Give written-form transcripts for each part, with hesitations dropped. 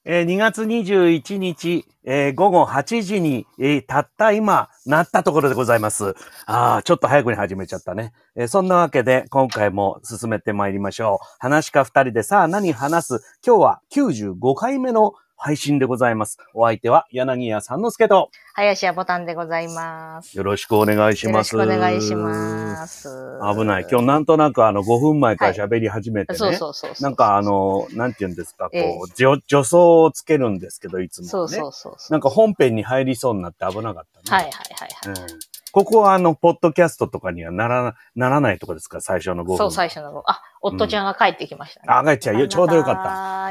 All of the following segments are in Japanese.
2月21日、午後8時に、たった今なったところでございます。ちょっと早くに始めちゃったね。そんなわけで今回も進めてまいりましょう。話家二人でさあ何話す。今日は95回目の配信でございます。お相手は柳家三之助と林家ボタンでございます。 よろしくお願いします。 よろしくお願いします。 危ない。今日なんとなく5分前から喋り始めてね。 そう。 なんかなんて言うんですか、助走をつけるんですけど、いつもね。 そう。 なんか本編に入りそうになって危なかったね。 はい。 ここはポッドキャストとかにはならないとこですか、最初の5分。 そう、最初の5分。夫ちゃんが帰ってきましたね。 帰っちゃう。ちょうどよかった。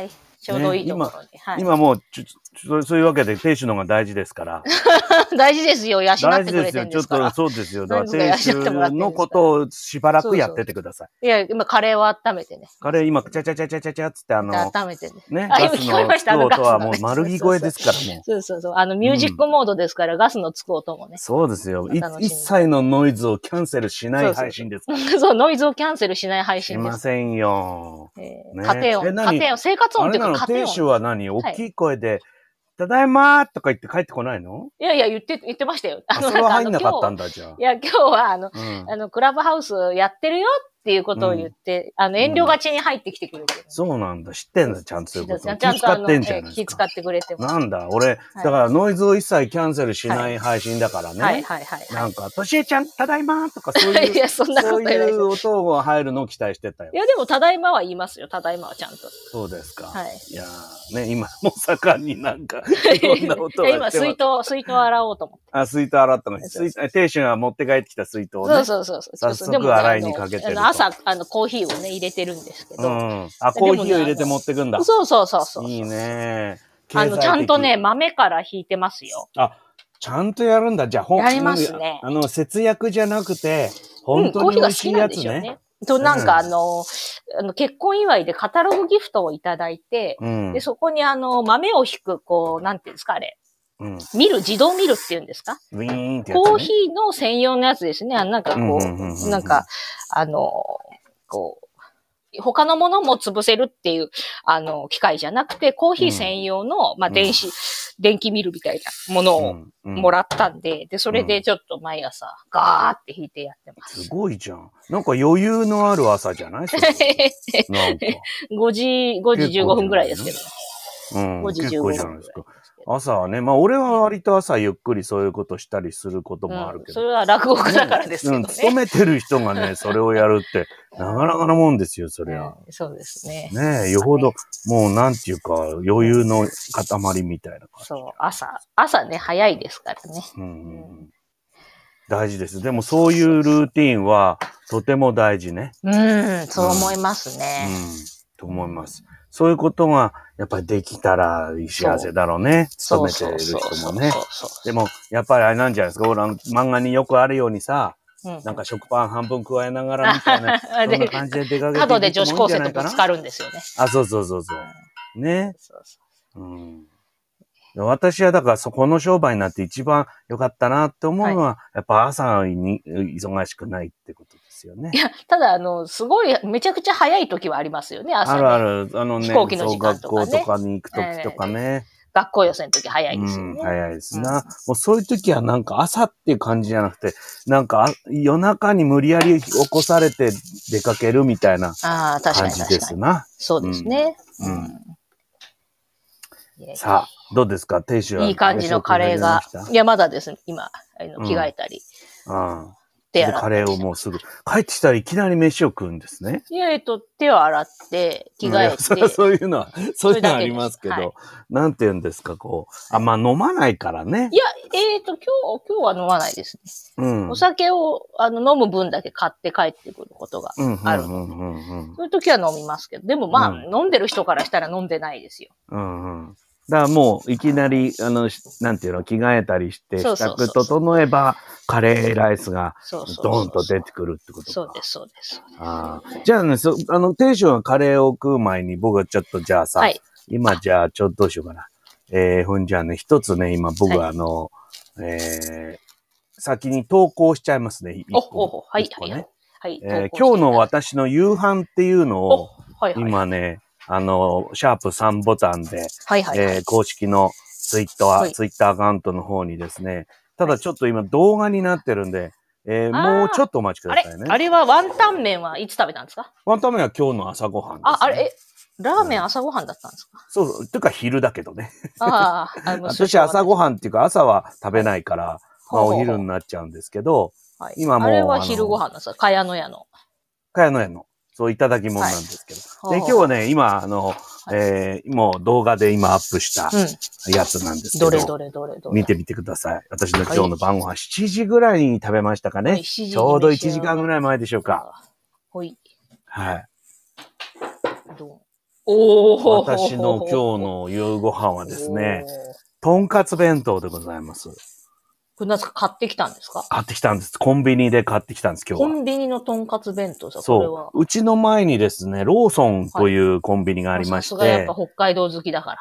ちょうどいいところに。 今もうそういうわけで、亭主のが大事ですから。 大事ですよ。養ってくれてるんですから。 大事ですよ。ちょっと、そうですよ。だから、亭主のことをしばらくやっててください。 いや、今、カレーを温めてね。 カレー今、チャチャっつって温めてね。 ね。ガスのつく音はもう丸聞こえですからもう。そう。ミュージックモードですから、ガスのつく音もね。 そうですよ。一切のノイズをキャンセルしない配信ですから。 そう、ノイズをキャンセルしない配信です。 しませんよ。 家庭音、生活音っていうか家庭音。 亭主は何？大きい声で、ただいまーとか言って帰ってこないの？ いや、言ってましたよ。 それは入んなかったんだ、じゃあ。 いや、今日はクラブハウスやってるよっていうことを言って、遠慮がちに入ってきてくれてる。 そうなんだ。知ってんだ、ちゃんとそういうこと。 ちゃんと気使ってんじゃないですか。 気使ってくれてます。 なんだ、俺、だからノイズを一切キャンセルしない配信だからね。 はい。 なんか、としえちゃん、ただいまーとかそういう、 いや、そんなことない。 そういう音が入るのを期待してたよ。 いや、でも、ただいまは言いますよ。ただいまはちゃんと。 そうですか。 はい。 いやね、今も盛んになんか、いろんな音が今、水筒洗おうと思って。 水筒洗ったの。亭主が持って帰ってきた水筒をね。 そう。 早速洗いにかけてる。 朝、コーヒーをね、入れてるんですけど。 コーヒーを入れて持ってくんだ。 そう。 いいね。 ちゃんとね、豆からひいてますよ。 ちゃんとやるんだ。じゃあ、 やりますね。 節約じゃなくて、本当に美味しいやつね。 なんか結婚祝いでカタログギフトをいただいて、で、そこに豆を引く、なんていうんですか、あれ。自動ミルっていうんですか？ ウィーンってやつね。 コーヒーの専用のやつですね。なんか他のものも潰せるっていう、機械じゃなくて、コーヒー専用の、電気ミルみたいなものをもらったんで、で、それでちょっと毎朝、ガーって引いてやってます。 すごいじゃん。なんか余裕のある朝じゃない？なんか。 5時15分ぐらいですけどね。5時15分ぐらい。結構じゃないですか。 朝はね、俺は割と朝ゆっくりそういうことしたりすることもあるけど。 それは落語家だからですけどね。 勤めてる人がね、それをやるって、なかなかなもんですよ、そりゃ。 そうですね。 ねえ、よほど、もうなんていうか、余裕の塊みたいな感じ。 そう、朝ね、早いですからね。 大事です。でもそういうルーティンは、とても大事ね。 そう思いますね。 と思います。そういうことが、やっぱりできたら幸せだろうね。勤めてる人もね。でも、やっぱりあれなんじゃないですか。俺漫画によくあるようにさ、なんか食パン半分加えながらみたいな、そんな感じで出かけていくもんじゃないかな。 角で女子高生とぶつかるんですよね。 そう。ね。私はだからこの商売になって一番良かったなって思うのは、やっぱ朝に忙しくないってことですよね。 いや、ただすごい、めちゃくちゃ早い時はありますよね、朝ね。 ある。 飛行機の時間とかね。 学校とかに行く時とかね。 学校予選の時早いですよね。 早いですな。もうそういう時はなんか朝っていう感じじゃなくて、なんか夜中に無理やり起こされて出かけるみたいな感じですな。 そうですね。 さあ、どうですか？亭主は。 いい感じのカレーが。いや、まだですね。今、着替えたり。 で、カレーをもうすぐ。帰ってきたらいきなり飯を食うんですね。 いや、手を洗って、着替えて。 そういうのはありますけど、なんて言うんですか、飲まないからね。 いや、今日は飲まないですね。お酒を、飲む分だけ買って帰ってくることがあるので。そういう時は飲みますけど、でも飲んでる人からしたら飲んでないですよ。 だからもういきなり、なんていうの、着替えたりして、支度整えば、カレーライスがドーンと出てくるってことか。 そうです。 じゃあね、亭主がカレーを食う前に僕はちょっとじゃあさ、今じゃあちょっとどうしようかな。ほんじゃあね、一つね、今僕は先に投稿しちゃいますね。今日の私の夕飯っていうのを、今ね、 シャープ3ボタンで、 はいはいはい。 公式のツイッターアカウントの方にですね、ただちょっと今動画になってるんで、もうちょっとお待ちくださいね。 あれはワンタン麺はいつ食べたんですか？ ワンタン麺は今日の朝ごはんです、ね。 あれ、ラーメン朝ごはんだったんですか？ そう、というか昼だけどね。私朝朝ごはんっていうか朝は食べないから、まあお昼になっちゃうんですけど、今もう。 あれは昼ごはんなんですか？茅野屋の。 茅野屋の。そういただき物なんですけど。で、今日はね、今、もう動画で今アップしたやつなんですけど。 どれ。 見てみてください。私の今日の晩ご飯7時ぐらいに食べましたかね。ちょうど1時間ぐらい前でしょうか。 はい。 はい。 私の今日の夕ご飯はですね、とんかつ弁当でございます。 これなんですか？買ってきたんですか？ 買ってきたんです。コンビニで買ってきたんです、今日は。 コンビニのとんかつ弁当ですか？ そう。うちの前にですね、ローソンというコンビニがありまして。さすがやっぱ北海道好きだから。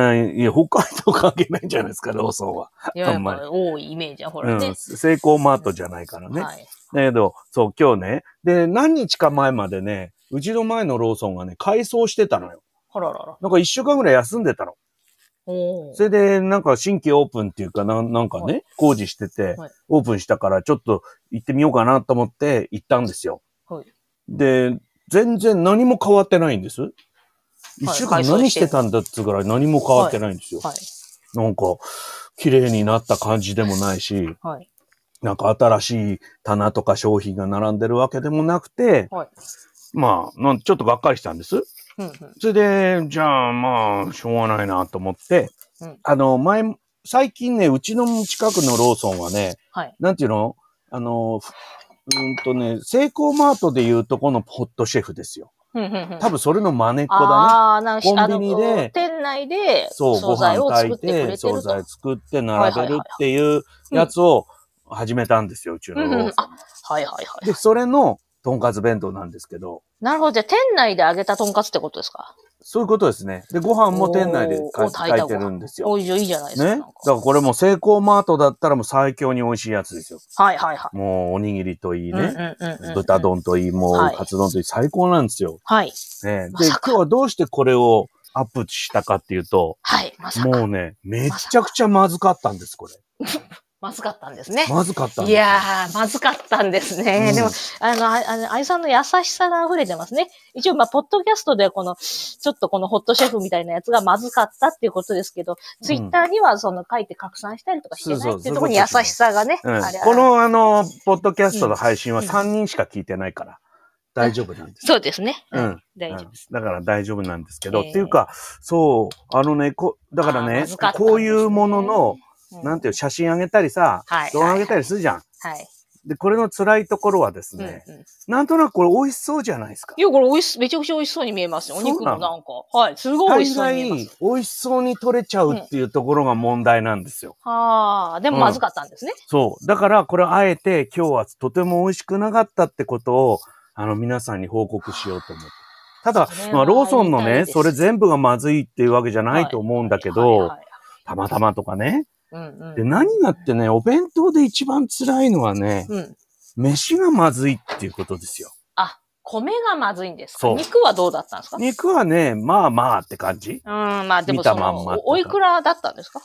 いや、北海道関係ないんじゃないですか、ローソンは。 いや、やっぱ多いイメージは、ほらね。 セイコーマートじゃないからね。はい。だけど、そう、今日ね。で、何日か前までね、うちの前のローソンがね、改装してたのよ。なんか1週間ぐらい休んでたの。それで、なんか新規オープンっていうかなんかね、工事してて、オープンしたからちょっと行ってみようかなと思って行ったんですよ。で、全然何も変わってないんです。1週間何してたんだっつうから何も変わってないんですよ。なんか、綺麗になった感じでもないし、なんか新しい棚とか商品が並んでるわけでもなくて、まあ、ちょっとがっかりしたんです。それで、じゃあまあ、しょうがないなと思って、最近ね、うちの近くのローソンはね、なんていうの？セイコーマートでいうとこのホットシェフですよ。多分それの真似っこだね。コンビニで、 店内で、 そう、ご飯炊いて、惣菜作って並べるっていうやつを始めたんですよ、うちのローソン。で、それのとんかつ弁当なんですけど。 なるほど。じゃあ、店内で揚げたとんかつってことですか？ そういうことですね。で、ご飯も店内で炊いてるんですよ。 いいじゃないですか。 ね。だからこれもセイコーマートだったらもう最強に美味しいやつですよ。もうおにぎりといいね。豚丼といい、もうカツ丼といい、最高なんですよ。ね。で、今日はどうしてこれをアップしたかっていうと、もうね、めちゃくちゃまずかったんです、これ。 まずかったんですね。 まずかったんです。 いやー、まずかったんですね。でも、愛さんの優しさが溢れてますね。一応、まあ、ポッドキャストでちょっとこのホットシェフみたいなやつがまずかったっていうことですけど、ツイッターには書いて拡散したりとかしてないっていうところに優しさがね。 この、ポッドキャストの配信は3人しか聞いてないから。大丈夫なんです。 そうですね。大丈夫です。 だから大丈夫なんですけど、っていうか、そう、だからね、こういうものの、なんていう、写真あげたりさ、動画あげたりするじゃん。で、これの辛いところはですね、なんとなくこれ美味しそうじゃないですか。 いや、これめちゃくちゃ美味しそうに見えますよ。お肉もなんか。すごい美味しそうに見えます。 美味しそうに取れちゃうっていうところが問題なんですよ。 でもまずかったんですね。 そう。だから、これあえて今日はとても美味しくなかったってことを、皆さんに報告しようと思って。ただ、まあ、ローソンのね、それ全部がまずいっていうわけじゃないと思うんだけど、たまたまとかね。で、何がってね、お弁当で一番辛いのはね、飯がまずいっていうことですよ。 米がまずいんですか？肉はどうだったんですか？ 肉はね、まあまあって感じ。 まあでもおいくらだったんですか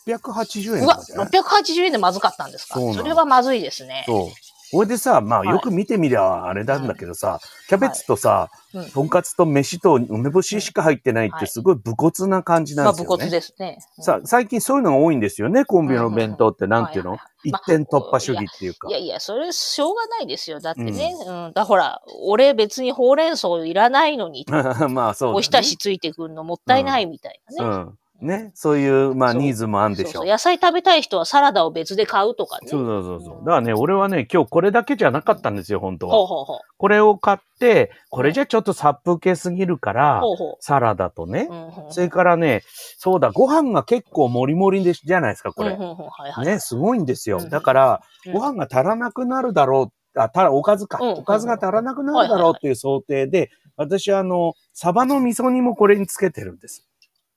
？680円。 うわ、680円でまずかったんですか？それはまずいですね。 そう。これでさ、まあよく見てみりゃあれなんだけどさ、キャベツとさ、とんかつと飯と梅干ししか入ってないってすごい武骨な感じなんですよね。 武骨ですね。 最近そういうのが多いんですよね、コンビニの弁当ってなんていうの？一点突破主義っていうか。 いや、それしょうがないですよ。だってね。ほら、俺別にほうれん草いらないのに。 まあそう。 おひたしついてくるのもったいないみたいなね。 ね。そういう、まあ、ニーズもあるんでしょう。 野菜食べたい人はサラダを別で買うとかね。 そう。だからね、俺はね、今日これだけじゃなかったんですよ、本当は。これを買って、これじゃちょっと殺風景すぎるから、サラダとね。それからね、そうだ、ご飯が結構もりもりじゃないですか、これ。ね、すごいんですよ。だから、ご飯が足らなくなるだろう。おかずか。おかずが足らなくなるだろうっていう想定で、私サバの味噌煮もこれにつけてるんです。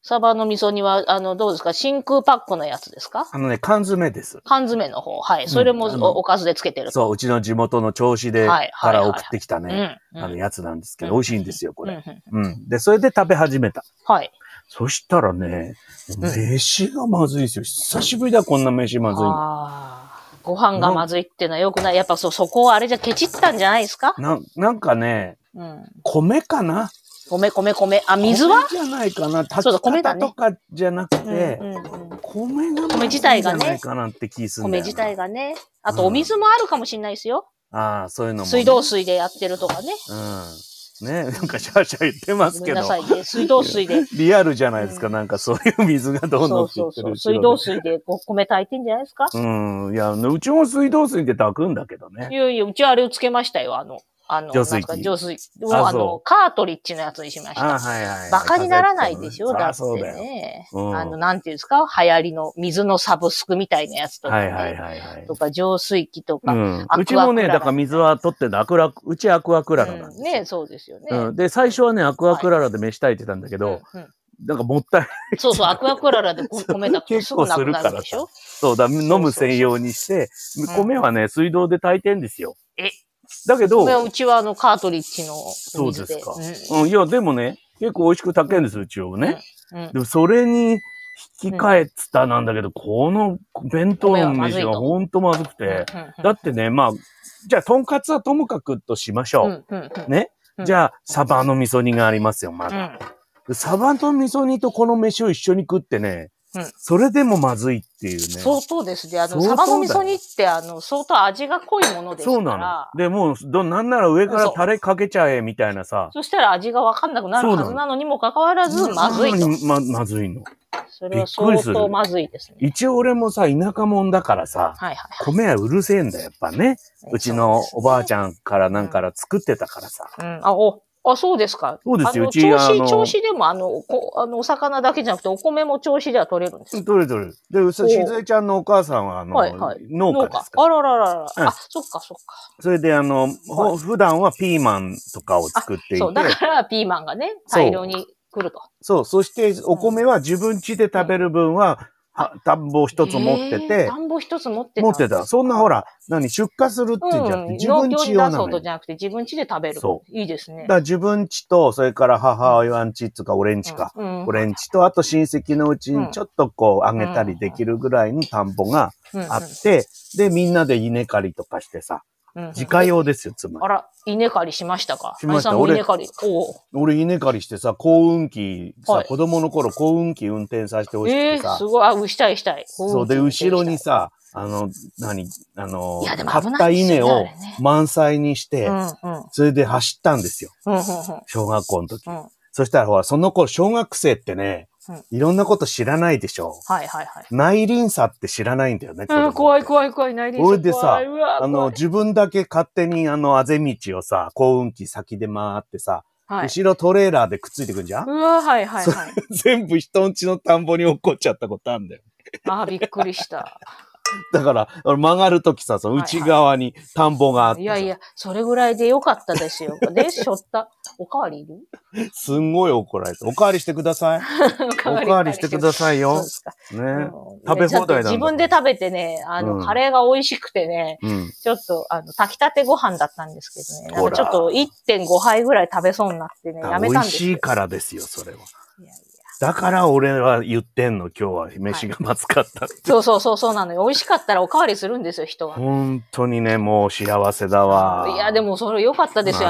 サバの味噌煮は、どうですか？真空パックのやつですか？ 缶詰です。 缶詰の方。はい。それもおかずでつけてると。 そう、うちの地元の銚子でから送ってきたね、やつなんですけど、美味しいんですよ、これ。で、それで食べ始めた。 はい。 そしたらね、飯がまずいですよ。久しぶりだ、こんな飯まずいの。 ご飯がまずいってのはよくない。やっぱそこをあれじゃケチったんじゃないですか？ なんかね、米かな？ 米。あ、水は？ 米じゃないかな。炊き方とかじゃなくて、米自体がね。じゃないかなって気するんだよ。 米自体がね。あとお水もあるかもしれないですよ。 ああ、そういうのも。 水道水でやってるとかね。 ね、なんかシャーシャー言ってますけど。 ごめんなさいね。水道水で。 リアルじゃないですか。なんかそういう水がどんどんってる。 水道水で米炊いてんじゃないですか？ いや、うちも水道水で炊くんだけどね。 いや、うちはあれをつけましたよ。 浄水器。 浄水。カートリッジのやつにしました。バカにならないでしょ？だってね。なんていうんですか？流行りの水のサブスクみたいなやつとかね。とか、浄水器とか。 うちもね、だから水は取ってんだ。うちアクアクララなんですよ。 ね、そうですよね。 で、最初はね、アクアクララで飯炊いてたんだけど、なんかもったいない。 そう、アクアクララで米炊くとすぐなくなるでしょ？ そうだ、飲む専用にして、米はね、水道で炊いてんですよ。だけど、 うちはカートリッジのそうですか。いや、でもね、結構美味しく炊けるんです、うちをね。でも、それに引き換えつったなんだけど、この弁当の飯がほんとまずくて。だってね、まあ、じゃあ、とんかつはともかくとしましょう。ね。じゃあ、サバの味噌煮がありますよ、まだ。サバの味噌煮とこの飯を一緒に食ってね、それでもまずいっていうね。 相当ですね。サバの味噌煮って、相当味が濃いものですから。そうなの。で、もう、なんなら上からタレかけちゃえ、みたいなさ。 そしたら味がわかんなくなるはずなのにもかかわらず、まずいと。 まずいの。 それは相当まずいですね。 一応俺もさ、田舎者だからさ、米はうるせえんだよ、やっぱね。うちのおばあちゃんからなんから作ってたからさ。 そうですか。 そうですよ、 銚子でもお魚だけじゃなくてお米も銚子では取れるんですか？ 取れる。で、しずえちゃんのお母さんは農家ですから。 あららら。そっか。 それで普段はピーマンとかを作っていて。 そう、だからピーマンがね、大量に来ると。 そう、そしてお米は自分家で食べる分は、田んぼ一つ持ってて。 田んぼ一つ持ってた。持ってた。そんなほら、出荷するっていうんじゃなくて、自分家用なのよ。農業に出そうとじゃなくて、自分家で食べる。そう。いいですね。 だから自分家と、それから母親ん家とか、俺ん家か。俺ん家と、あと親戚のうちにちょっとこう、あげたりできるぐらいの田んぼがあって、で、みんなで稲刈りとかしてさ。自家用ですよ、つまり。 あら、稲刈りしましたか？ しました。俺稲刈りしてさ、幸運期、子供の頃幸運期運転させてほしくてさ。 すごい、したい。 そう、で、後ろにさ、買った稲を満載にして、それで走ったんですよ。小学校の時。そしたらほら、その頃小学生ってね、いろんなこと知らないでしょ。内輪差って知らないんだよね。 怖い、内輪差。 それでさ、自分だけ勝手にあぜ道をさ、幸運期先で回ってさ、後ろトレーラーでくっついてくんじゃん？全部人んちの田んぼに落っこっちゃったことあるんだよ。 びっくりした。 だから、曲がるときさ、その内側に田んぼがあって。 いや、それぐらいでよかったですよ。で、しょった。おかわりいる？ すんごい怒られた。おかわりしてください。おかわりしてくださいよ。ね。食べ放題なんだ。 自分で食べてね、カレーが美味しくてね、ちょっと、炊きたてご飯だったんですけどね、なんかちょっと 1.5 杯ぐらい食べそうになってね、やめたんですよ。 美味しいからですよ、それは。だから俺は言ってんの、今日は飯がまずかったって。 そうなのよ。美味しかったらおかわりするんですよ、人は。 本当にね、もう幸せだわ。 いや、でもそれ良かったですよ。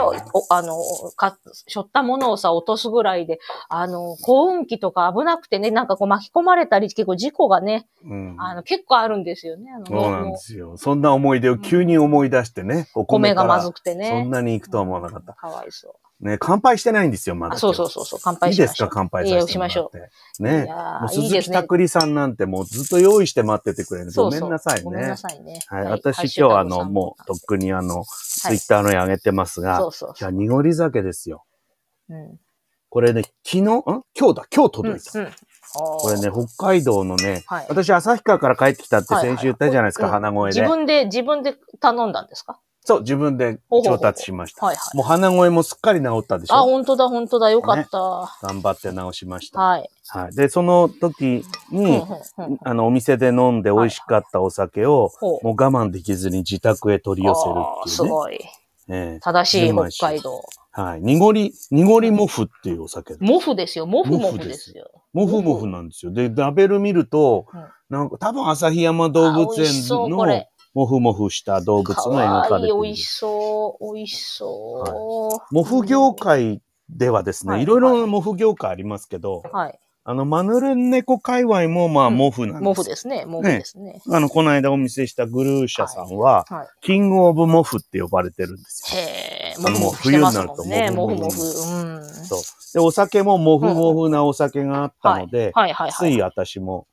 しょったものをさ、落とすぐらいで、幸運期とか危なくてね、なんかこう巻き込まれたり、結構事故がね、結構あるんですよね。 そうなんですよ。そんな思い出を急に思い出してね、 お米がまずくてね。 そんなに行くとは思わなかった。 かわいそう。 ね、乾杯してないんですよ、まだ。 そう。乾杯しましょう。 いいですか、乾杯させてもらって。 しましょう。ね。もう鈴木拓里さんなんてもうずっと用意して待っててくれる。ごめんなさいね。 ごめんなさいね。 はい。私今日もうとっくにツイッターのに上げてますが、じゃあ濁り酒ですよ。これね、今日届いた。これね、北海道のね、私旭川から帰ってきたって先週言ったじゃないですか、鼻声で。 自分で頼んだんですか？ そう、自分で調達しました。 はいはい。 もう鼻声もすっかり治ったでしょ。 あ、本当だ、本当だ。よかった。 頑張って治しました。 はい。 はい。で、その時に、お店で飲んで美味しかったお酒を、もう我慢できずに自宅へ取り寄せるっていうね。 すごい。正しい北海道。 はい。濁りモフっていうお酒。 モフですよ。モフモフですよ。 モフモフなんですよ。で、ラベル見ると、なんか多分旭山動物園のモフモフした動物が描かれている。 美味しそう。美味しそう。 モフ業界ではですね、いろいろなモフ業界ありますけど、マヌルネコ界隈もまあモフなんです。 モフですね。モフですね。 この間お見せしたグルーシャさんは、キングオブモフって呼ばれてるんですよ。 へー。もう冬になるとモフモフ。 そう。で、お酒もモフモフなお酒があったので、つい私も、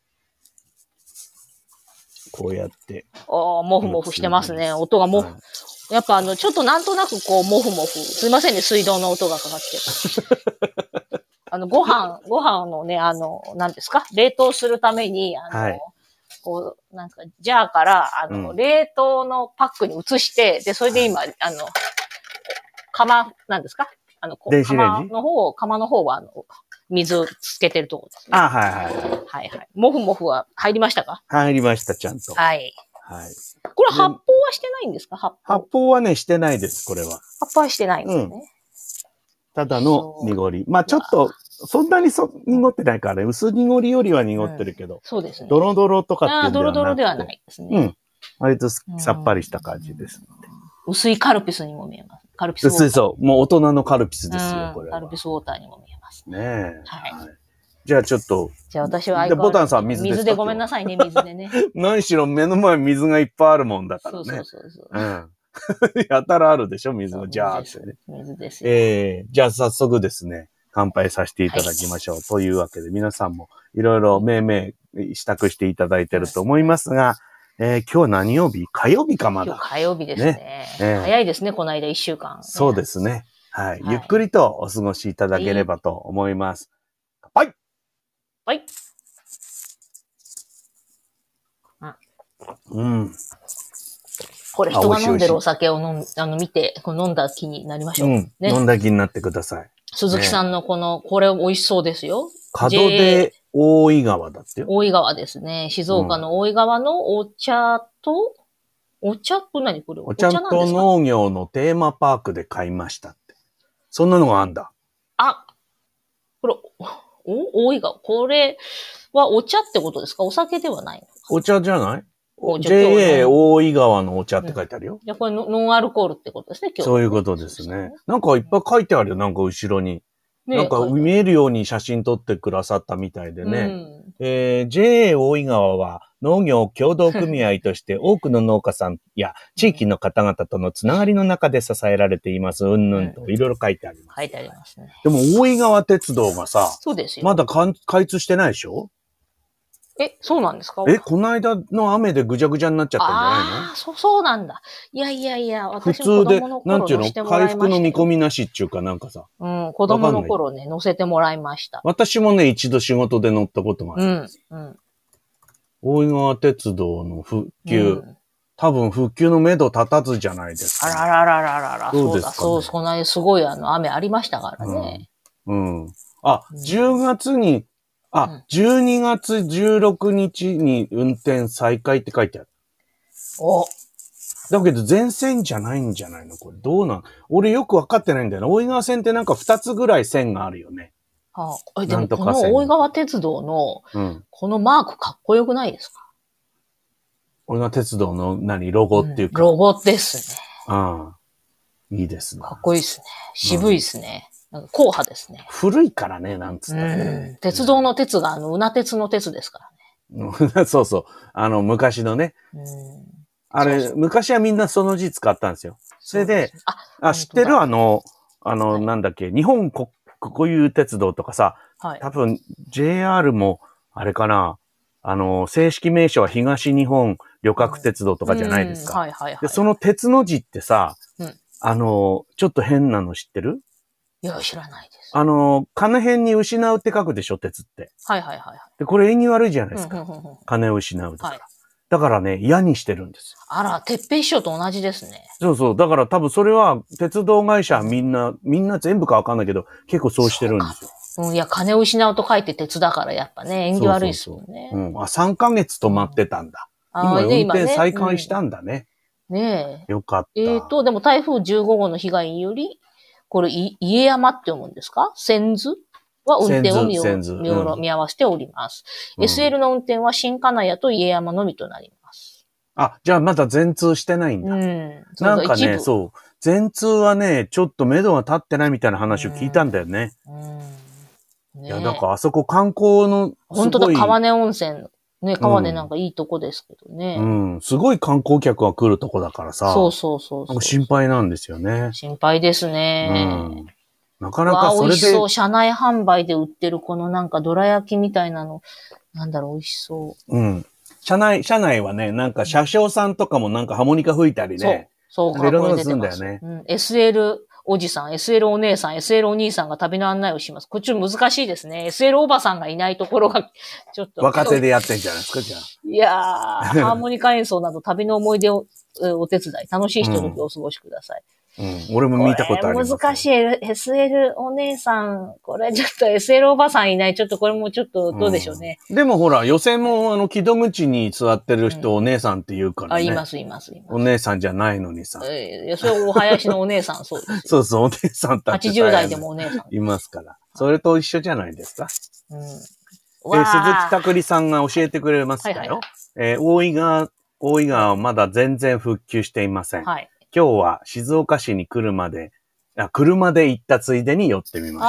こうやって。 モフモフしてますね。音がモフ。やっぱちょっとなんとなくこう、モフモフ。すいませんね、水道の音がかかって。ご飯のね、何ですか冷凍するために、こう、なんか、ジャーから、冷凍のパックに移して、で、それで今、なんですか電子レンジ釜の方は、水つけてるところですね。 はいはい。 はいはい。モフモフは入りましたか？ 入りました、ちゃんと。 はい。 はい。 これ発泡はしてないんですか？ 発泡はね、してないです、これは。 発泡はしてないんですね。 ただの濁り。まあちょっと、そんなに濁ってないからね。薄濁りよりは濁ってるけど。 そうですね。 ドロドロとかっていうのはなくて。 ドロドロではないですね。 割とさっぱりした感じです。 薄いカルピスにも見えます。カルピスウォーター。 薄いそう。もう大人のカルピスですよ、これは。 カルピスウォーターにも見えます。 ねえ。はい。じゃあちょっと。 じゃあ私はボタンさん水ですか？ 水でごめんなさいね、水でね。 何しろ目の前水がいっぱいあるもんだからね。そう。やたらあるでしょ、水が。じゃあってね。 水ですよ。 じゃあ早速ですね、乾杯させていただきましょう。というわけで皆さんもいろいろ命支度していただいてると思いますが、今日は何曜日？火曜日かまだ。 今日火曜日ですね。早いですね、この間1週間。 そうですね。はい。ゆっくりとお過ごしいただければと思います。はい。 はい。これ人が飲んでるお酒を見て、飲んだ気になりましょう。 飲んだ気になってください。 鈴木さんのこれ美味しそうですよ。 門出大井川だってよ。 大井川ですね。静岡の大井川のお茶と、お茶って何これ？ お茶と農業のテーマパークで買いましたって。そんなのがあんだ。 これ、大井川。これはお茶ってことですか？お酒ではないの？ お茶じゃない？ JA 大井川のお茶って書いてあるよ。 じゃあこれノンアルコールってことですね、今日。 そういうことですね。なんかいっぱい書いてあるよ、なんか後ろに。なんか見えるように写真撮ってくださったみたいでね。JA 大井川は農業協同組合として多くの農家さんや地域の方々とのつながりの中で支えられています。うんぬんといろいろ書いてあります。 書いてありますね。 でも大井川鉄道がさ、 そうですよ。 まだ開通してないでしょ？ そうなんですか？ この間の雨でぐじゃぐじゃになっちゃったんじゃないの？ そうなんだ。いや、私も子供の頃乗せてもらいました。普通で、なんていうの？回復の見込みなしっていうかなんかさ。 子供の頃ね、乗せてもらいました。 私もね、一度仕事で乗ったことがあるんです。大井川鉄道の復旧。多分復旧の目処立たずじゃないですか。 あらら。どうですかね。そう、そんなにすごい雨ありましたからね。 10月に、12月16日に運転再開って書いてある。だけど全線じゃないんじゃないの？これどうなん？俺よくわかってないんだよな。大井川線ってなんか2つぐらい線があるよね。 でもこの大井川鉄道の、このマークかっこよくないですか？ 大井川鉄道のロゴっていうか。 ロゴですね。 いいですね。 かっこいいですね。渋いですね。なんか硬派ですね。 古いからね、なんつったらね。 鉄道の鉄がうな鉄の鉄ですからね。そうそう。昔のね。あれ、昔はみんなその字使ったんですよ。それで、知ってるなんだっけ、日本国有鉄道とかさ、多分 JR も、あれかな、正式名称は東日本旅客鉄道とかじゃないですか。で、その鉄の字ってさ、ちょっと変なの知ってる？ いや、知らないです。 金辺に失うって書くでしょ、鉄って。 はい。 で、これ縁起悪いじゃないですか。金を失うだから。 だからね、嫌にしてるんですよ。 あら、鉄平師匠と同じですね。 そうそう。だから多分それは、鉄道会社はみんな全部かわかんないけど、結構そうしてるんですよ。 うん、いや、金を失うと書いて鉄だからやっぱね、縁起悪いですもんね。 うん。あ、3ヶ月止まってたんだ。今、運転再開したんだね。 ねえ。 よかった。 でも台風15号の被害により、これ、家山って読むんですか？千頭は運転を見合わせております。SL の運転は新金谷と家山のみとなります。 あ、じゃあまだ全通してないんだ。なんかね、そう。全通はね、ちょっと目処が立ってないみたいな話を聞いたんだよね。いや、だからあそこ観光の本当だ、川根温泉。ね、川根なんかいいとこですけどね。 うん。すごい観光客が来るとこだからさ。 そう。 なんか心配なんですよね。 心配ですね。 なかなかそれで。 美味しそう。車内販売で売ってるこのなんかどら焼きみたいなの。なんだろう、美味しそう。 うん。車内はね、なんか車掌さんとかもなんかハーモニカ吹いたりね。 そう、 いろんなことするんだよね。 SL おじさん、SL お姉さん、SL お兄さんが旅の案内をします。こっち難しいですね。SL おばさんがいないところが、ちょっと。 若手でやってんじゃないですか、じゃあ。 いやー、ハーモニカ演奏など旅の思い出をお手伝い、楽しいひとときをお過ごしください。 俺も見たことあります。 難しい。SL お姉さん、これちょっと SL おばさんいない。ちょっとこれもちょっとどうでしょうね。 でもほら、予選も木戸口に座ってる人、お姉さんって言うからね。 います。 お姉さんじゃないのにさ。 それお囃子のお姉さん、そうです。 そう、お姉さんたち。 80代でもお姉さん。 いますから。それと一緒じゃないですか。鈴木拓里さんが教えてくれましたよ。大井川はまだ全然復旧していません。今日は静岡市に車で行ったついでに寄ってみました。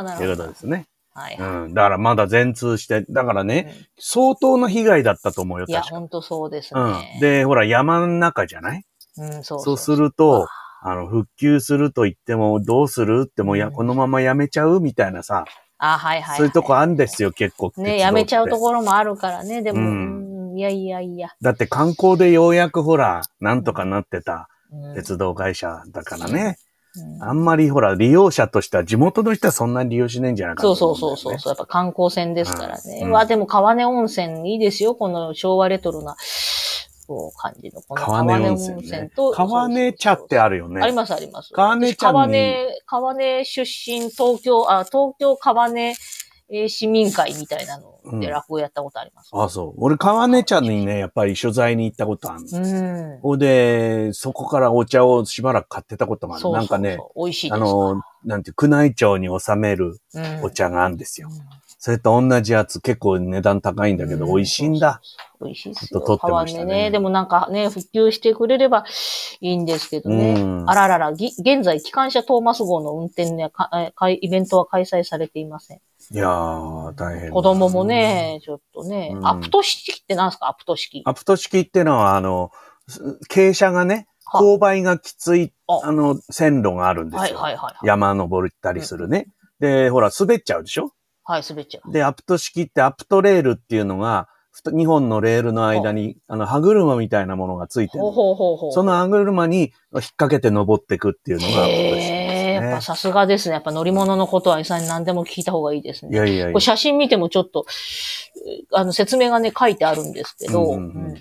なるほど。 ということですね。だからまだ全通して、だからね、相当な被害だったと思うよ、確か。 いや、本当そうですね。 で、ほら、山の中じゃない？そうすると、復旧すると言っても、どうするってもこのままやめちゃうみたいなさ。そういうとこあるんですよ、結構。 ね、やめちゃうところもあるからね、でも、いや。 だって観光でようやくほら、なんとかなってた鉄道会社だからね。あんまりほら、利用者としては地元の人はそんなに利用しないんじゃないかな、 そう。やっぱ観光船ですからね。でも川根温泉いいですよ。この昭和レトロな、感じの。この川根温泉と。川根茶ってあるよね。 あります。 川根茶川根出身、東京川根市民会みたいなので落語やったことあります。 そう。俺川根茶にね、やっぱり取材に行ったことある。で、そこからお茶をしばらく買ってたこともある。なんかね、 美味しいです。 なんていう、宮内庁に収めるお茶があるんですよ。それと同じやつ、結構値段高いんだけど、美味しいんだ。 美味しいですよ。川根ね。でもなんかね、復旧してくれればいいんですけどね。あらら、現在、機関車トーマス号の運転やイベントは開催されていません。 いやー、大変。 子供もね、ちょっとね、アプト式って何ですか？アプト式。 アプト式ってのは、傾斜がね、勾配がきつい、線路があるんですよ。山登ったりするね。で、ほら、滑っちゃうでしょ？ 滑っちゃう。 で、アプト式ってアプトレールっていうのが、2本のレールの間に、歯車みたいなものがついてる。その歯車に引っ掛けて登っていくっていうのがアプト式ですね。 やっぱさすがですね。やっぱ乗り物のことは伊さんに何でも聞いた方がいいですね。 いや。 これ写真見てもちょっと、説明がね、書いてあるんですけど、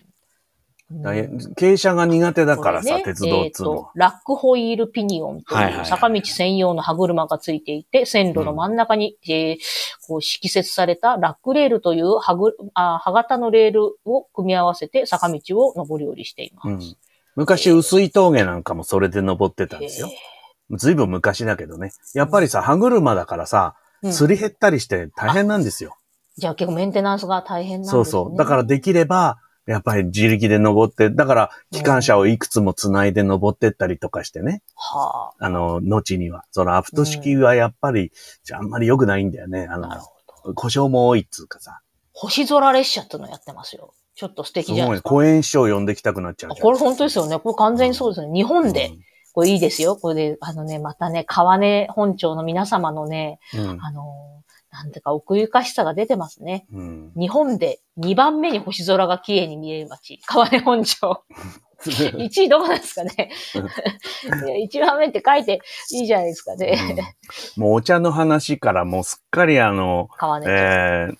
傾斜が苦手だからさ、鉄道っつうのは。 ラックホイールピニオンという坂道専用の歯車がついていて、線路の真ん中に、こう敷設されたラックレールという歯型のレールを組み合わせて坂道を上り下りしています。 昔、薄い峠なんかもそれで登ってたんですよ。ずいぶん昔だけどね。やっぱりさ、歯車だからさ、すり減ったりして大変なんですよ。 じゃあ結構メンテナンスが大変なんですね。 そう。だからできれば、やっぱり自力で登って、だから機関車をいくつも繋いで登ってったりとかしてね。後には。そのアプト式はやっぱり、あんまり良くないんだよね。故障も多いっつうかさ。 星空列車ってのやってますよ。ちょっと素敵じゃないですか。 公園師匠呼んできたくなっちゃう。 これ本当ですよね。これ完全にそうですね。日本で。これいいですよ。これで、またね、川根本町の皆様のね、なんていうか奥ゆかしさが出てますね。日本で2番目に星空が綺麗に見える街、川根本町。1位どこなんですかね。1番目って書いていいじゃないですかね。 もうお茶の話からもうすっかり川根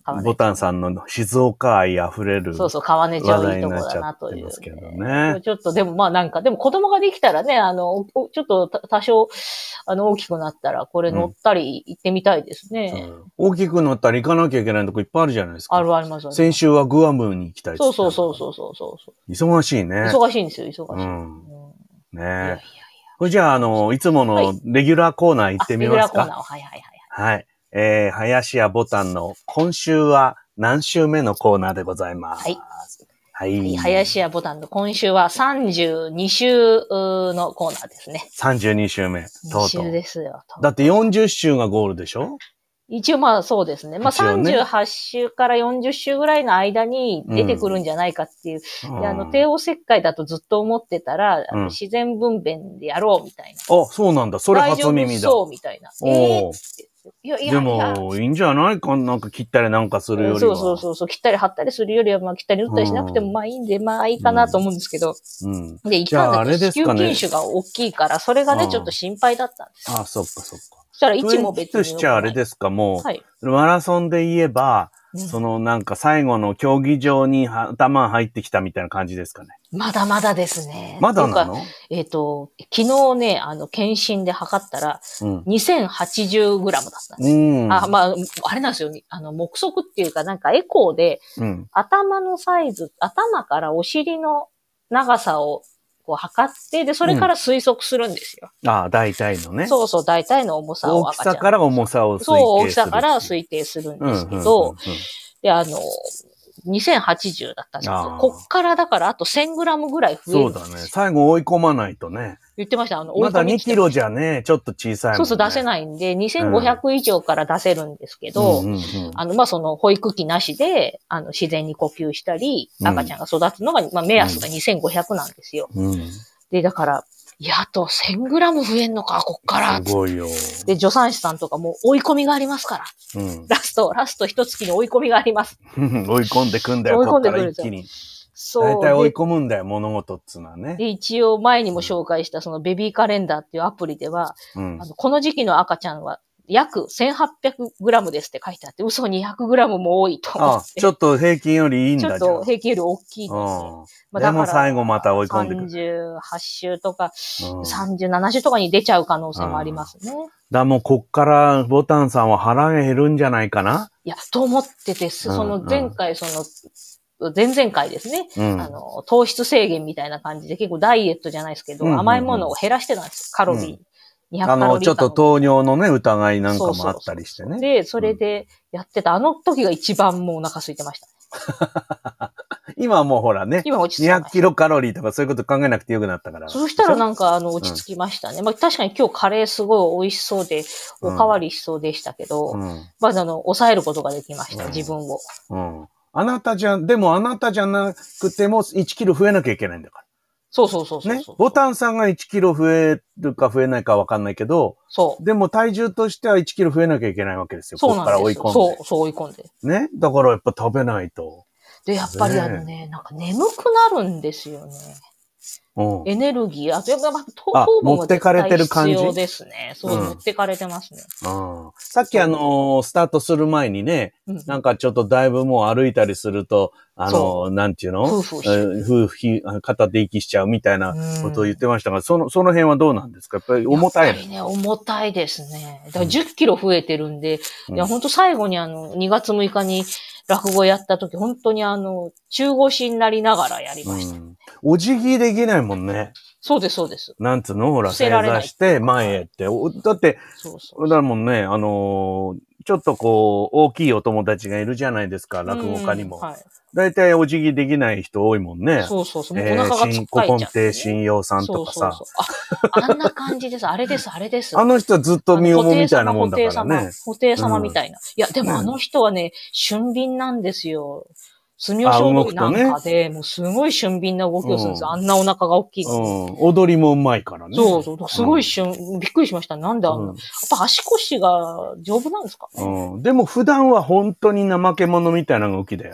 ボタンさんの静岡愛あふれる。 そうそう、川根町いいとこだなという、 ますけどね。 ちょっとでもまあなんか、でも子供ができたらね、ちょっと多少、大きくなったら、これ乗ったり行ってみたいですね。 大きくなったら行かなきゃいけないとこいっぱいあるじゃないですか。 あります。 先週はグアムに行きたいって言ってた。 そう。 忙しいね。 忙しいんですよ、忙しい。 ねえ。これじゃあ、いつものレギュラーコーナー行ってみますか。 レギュラーコーナー、はい。 はい。林家ボタンの今週は何週目のコーナーでございます。はい。 林家ボタンの今週は32週のコーナーですね。 32週目。 2週ですよ。 だって40週がゴールでしょ？ 一応まあそうですね。まあ38週から40週ぐらいの間に出てくるんじゃないかっていう。帝王切開だとずっと思ってたら、自然分娩でやろうみたいな。 あ、そうなんだ。それ初耳だ。 そうみたいな。 でも、いいんじゃないかなんか切ったりなんかするよりは。 そう。切ったり貼ったりするよりは、まあ切ったり打ったりしなくてもまあいいんで、まあいいかなと思うんですけど。で、一般だと子宮筋腫が大きいから、それがね、ちょっと心配だったんです。 あ、そっか。 そしたら位置も別に。 としちゃあれですか、もう、マラソンで言えば、なんか最後の競技場に頭入ってきたみたいな感じですかね。 まだまだですね。 まだなの？ 昨日ね、検診で測ったら、2080グラムだったんです。まあ、あれなんですよ。目測っていうか、なんかエコーで、頭のサイズ、頭からお尻の長さをこう測って、で、それから推測するんですよ。 大体のね。 そう、大体の重さを。 大きさから重さを推定する。 そう、大きさから推定するんですけど、で、2080だったんですよ。こっからだからあと1000グラムぐらい増える。 そうだね。最後追い込まないとね。 言ってました。 まだ2キロじゃね、ちょっと小さいもんね。 そう、出せないんで、2500以上から出せるんですけど、まあ、保育器なしで、自然に呼吸したり、赤ちゃんが育つのが、まあ、目安が2500なんですよ。で、だから、あと1000グラム増えんのか、こっから。 すごいよ。 で、助産師さんとかも追い込みがありますから。ラスト一月に追い込みがあります。 追い込んでくんだよ、こっから一気に。大体追い込むんだよ、物事っつうのはね。 で、一応前にも紹介したそのベビーカレンダーっていうアプリでは、この時期の赤ちゃんは約1800グラムですって書いてあって、嘘200グラムも多いと思って。 ちょっと平均よりいいんだ。 ちょっと平均より大きいんですよ。 でも最後また追い込んでくる。38週とか、37週とかに出ちゃう可能性もありますね。 もうこっからボタンさんは腹が減るんじゃないかな？ いや、と思ってて、前回前々回ですね、糖質制限みたいな感じで結構ダイエットじゃないですけど、甘いものを減らしてたんですよ、カロリー。200カロリー。 ちょっと糖尿のね、疑いなんかもあったりしてね。 で、それでやってた、時が一番もうお腹空いてましたね。 今はもうほらね、 今落ち着きました。 200キロカロリーとかそういうこと考えなくてよくなったから。 そうしたらなんか落ち着きましたね。まあ確かに今日カレーすごい美味しそうで、おかわりしそうでしたけど、まあ抑えることができました、自分を。 でもあなたじゃなくても1キロ増えなきゃいけないんだから。 そう。 ね。ボタンさんが1キロ増えるか増えないかわかんないけど、でも体重としては1キロ増えなきゃいけないわけですよ。 そうなんですよ。 ここから追い込んで。 そう追い込んで。 ね。だからやっぱ食べないと。 で、やっぱりなんか眠くなるんですよね。エネルギー、あとやっぱ糖分は絶対必要ですね。そう、持ってかれてますね。 さっきスタートする前にね、なんかちょっとだいぶもう歩いたりすると、なんていうの？片手息しちゃうみたいなことを言ってましたが、その辺はどうなんですか？やっぱり重たいの？やっぱりね、重たいですね。だから10キロ増えてるんで、いや、本当最後に2月6日に落語やった時、本当に中腰になりながらやりました。 お辞儀できないもんね。 そうです。 なんつうのほら、正座して前へって。だって、だもんね、ちょっとこう、大きいお友達がいるじゃないですか、落語家にも。だいたいお辞儀できない人多いもんね。 そう。お腹がつっかえちゃって、 古今亭信用さんとかさ。 あんな感じです。あれです。 あの人はずっと身重みたいなもんだからね。 布袋様みたいな。いや、でもあの人はね、俊敏なんですよ。住吉踊りなんかで、もうすごい俊敏な動きをするんですよ。あんなお腹が大きいのに。 踊りもうまいからね。 そう。すごいびっくりしました。なんでやっぱ足腰が丈夫なんですかね。 でも普段は本当に怠け者みたいな動きだよ。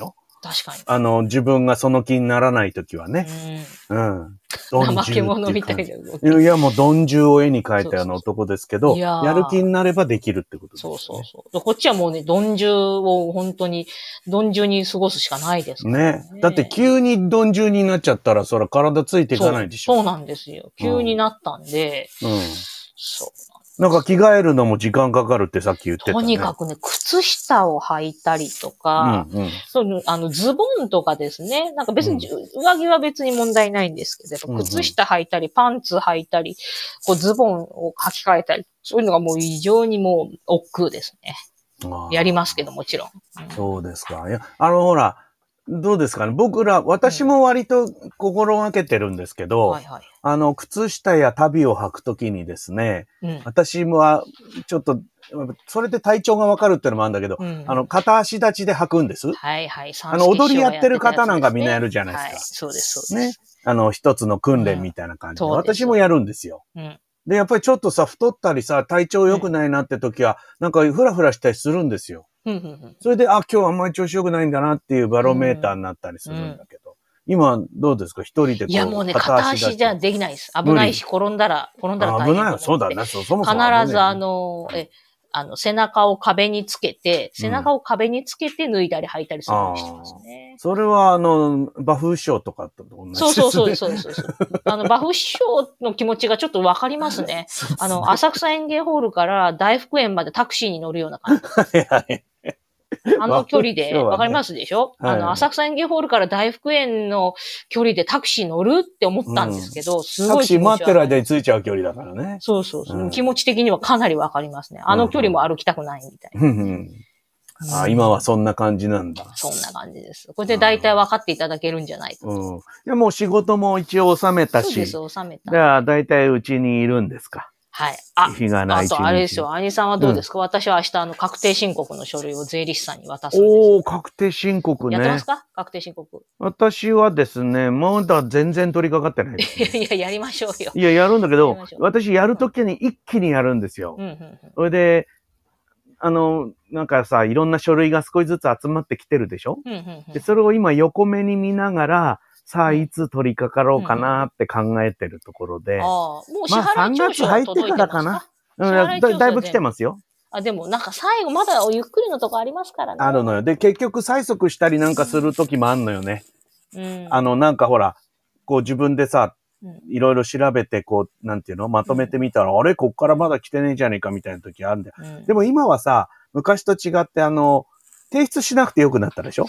確かに。 自分がその気にならないときはね。うん。 怠け者みたいな動き。 いや、もう鈍重を絵に描いたような男ですけど、やる気になればできるってことですね。 そう。こっちはもうね、鈍重を本当に、鈍重に過ごすしかないですからね。 だって急に鈍重になっちゃったら、そら体ついていかないでしょ。 そうなんですよ。急になったんで、そう。 なんか着替えるのも時間かかるってさっき言ってたね。 とにかくね、靴下を履いたりとか、ズボンとかですね。なんか別に、上着は別に問題ないんですけど、靴下履いたり、パンツ履いたり、こうズボンを履き替えたり、そういうのがもう異常にもう億劫ですね。やりますけど、もちろん。 そうですか。いや、ほら、どうですかね。私も割と心がけてるんですけど、靴下や足袋を履くときにですね、私もちょっと、それで体調がわかるっていうのもあるんだけど、片足立ちで履くんです。踊りやってる方なんかみんなやるじゃないですか。 そうです。ね。 一つの訓練みたいな感じで。私もやるんですよ。で、やっぱりちょっとさ、太ったりさ、体調良くないなって時は、なんかフラフラしたりするんですよ。それで、今日あんまり調子良くないんだなっていうバロメーターになったりするんだけど。今、どうですか？一人でこう。 いや、もうね、片足じゃできないです。危ないし、転んだら大変。 危ない。そうだね。そもそも。 必ず背中を壁につけて脱いだり履いたりするようにしてますね。 それは、バフ師匠とかと同じですね。 そうです。バフ師匠の気持ちがちょっとわかりますね。浅草園芸ホールから大福園までタクシーに乗るような感じ。距離で、わかりますでしょ？浅草園芸ホールから大福園の距離でタクシー乗るって思ったんですけど、すごい。 タクシー待ってる間に着いちゃう距離だからね。 そう。気持ち的にはかなりわかりますね。距離も歩きたくないみたいな。 今はそんな感じなんだ。 そんな感じです。これで大体分かっていただけるんじゃないかと。 いや、もう仕事も一応収めたし。 そうです、収めた。 じゃあ、大体うちにいるんですか？ はい。 日がないあれですよ。兄さんはどうですか？私は明日確定申告の書類を税理士さんに渡すんです。 確定申告ね。 やってますか？確定申告。 私はですね、まだ全然取り掛かってないです、 いや、やりましょうよ。 いや、やるんだけど、私やるときに一気にやるんですよ。それで、なんかさ、いろんな書類が少しずつ集まってきてるでしょ？で、それを今横目に見ながら、さあ、いつ取り掛かろうかなって考えてるところで。 もう支払い調書は届いてますか？まあ、 3月入ってからかな。だいぶ来てますよ。 でもなんか最後まだゆっくりのとこありますからね。 あるのよ。で、結局催促したりなんかするときもあんのよね。なんかほら、こう自分でさ、いろいろ調べて、こう、なんていうのまとめてみたら、あれこっからまだ来てねえじゃねえかみたいなときあるんだよ。でも今はさ、昔と違って、提出しなくてよくなったでしょ？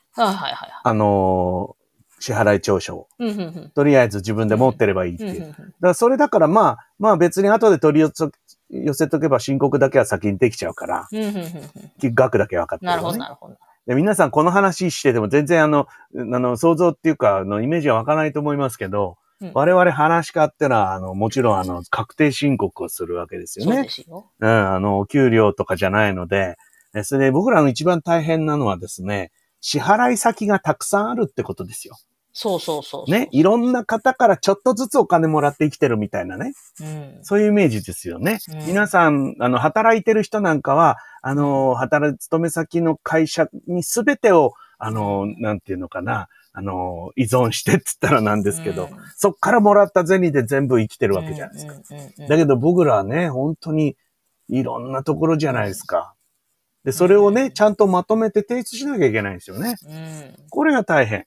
支払い調書を。とりあえず自分で持ってればいいっていう。だからそれだからまあ別に後で取り寄せとけば申告だけは先にできちゃうから、額だけ分かってる、ね。 なるほど。 で皆さんこの話してても全然想像っていうか、イメージは湧かないと思いますけど、我々話し家ってのは、もちろん確定申告をするわけですよね。 そうですよ。 お給料とかじゃないので、それで僕らの一番大変なのはですね、支払い先がたくさんあるってことですよ。 そう。 ね。いろんな方からちょっとずつお金もらって生きてるみたいなね。そういうイメージですよね。皆さん、働いてる人なんかは、勤め先の会社にすべてを、なんていうのかな、依存してって言ったらなんですけど、そっからもらった銭で全部生きてるわけじゃないですか。だけど僕らはね、本当にいろんなところじゃないですか。で、それをね、ちゃんとまとめて提出しなきゃいけないんですよね。これが大変。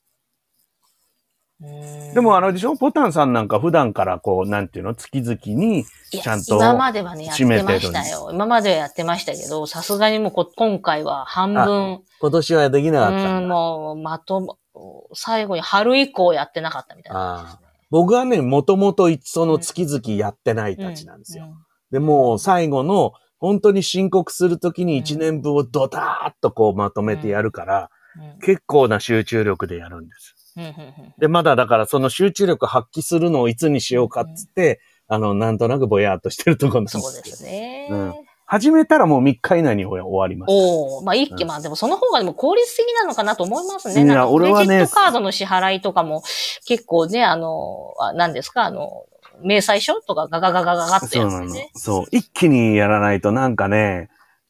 でもでしょポタンさんなんか普段からこう、なんていうの月々にちゃんと。 今まではね、やってましたよ。今まではやってましたけど、さすがにもう今回は半分。 今年はできなかったんだ。 もう、最後に春以降やってなかったみたいな、ね。 僕はね、もともとその月々やってないたちなんですよ。で、もう最後の、本当に申告するときに1年分をドターッとこうまとめてやるから、結構な集中力でやるんです。で、まだだからその集中力発揮するのをいつにしようかっつって、なんとなくぼやーっとしてるところなんです。 そうですね。 始めたらもう3日以内に終わります。 まあまあでもその方がでも効率的なのかなと思いますね。なんかクレジットカードの支払いとかも結構ね、何ですか、明細書とかガガガガガガってやつでね。 そう。一気にやらないとなんかね、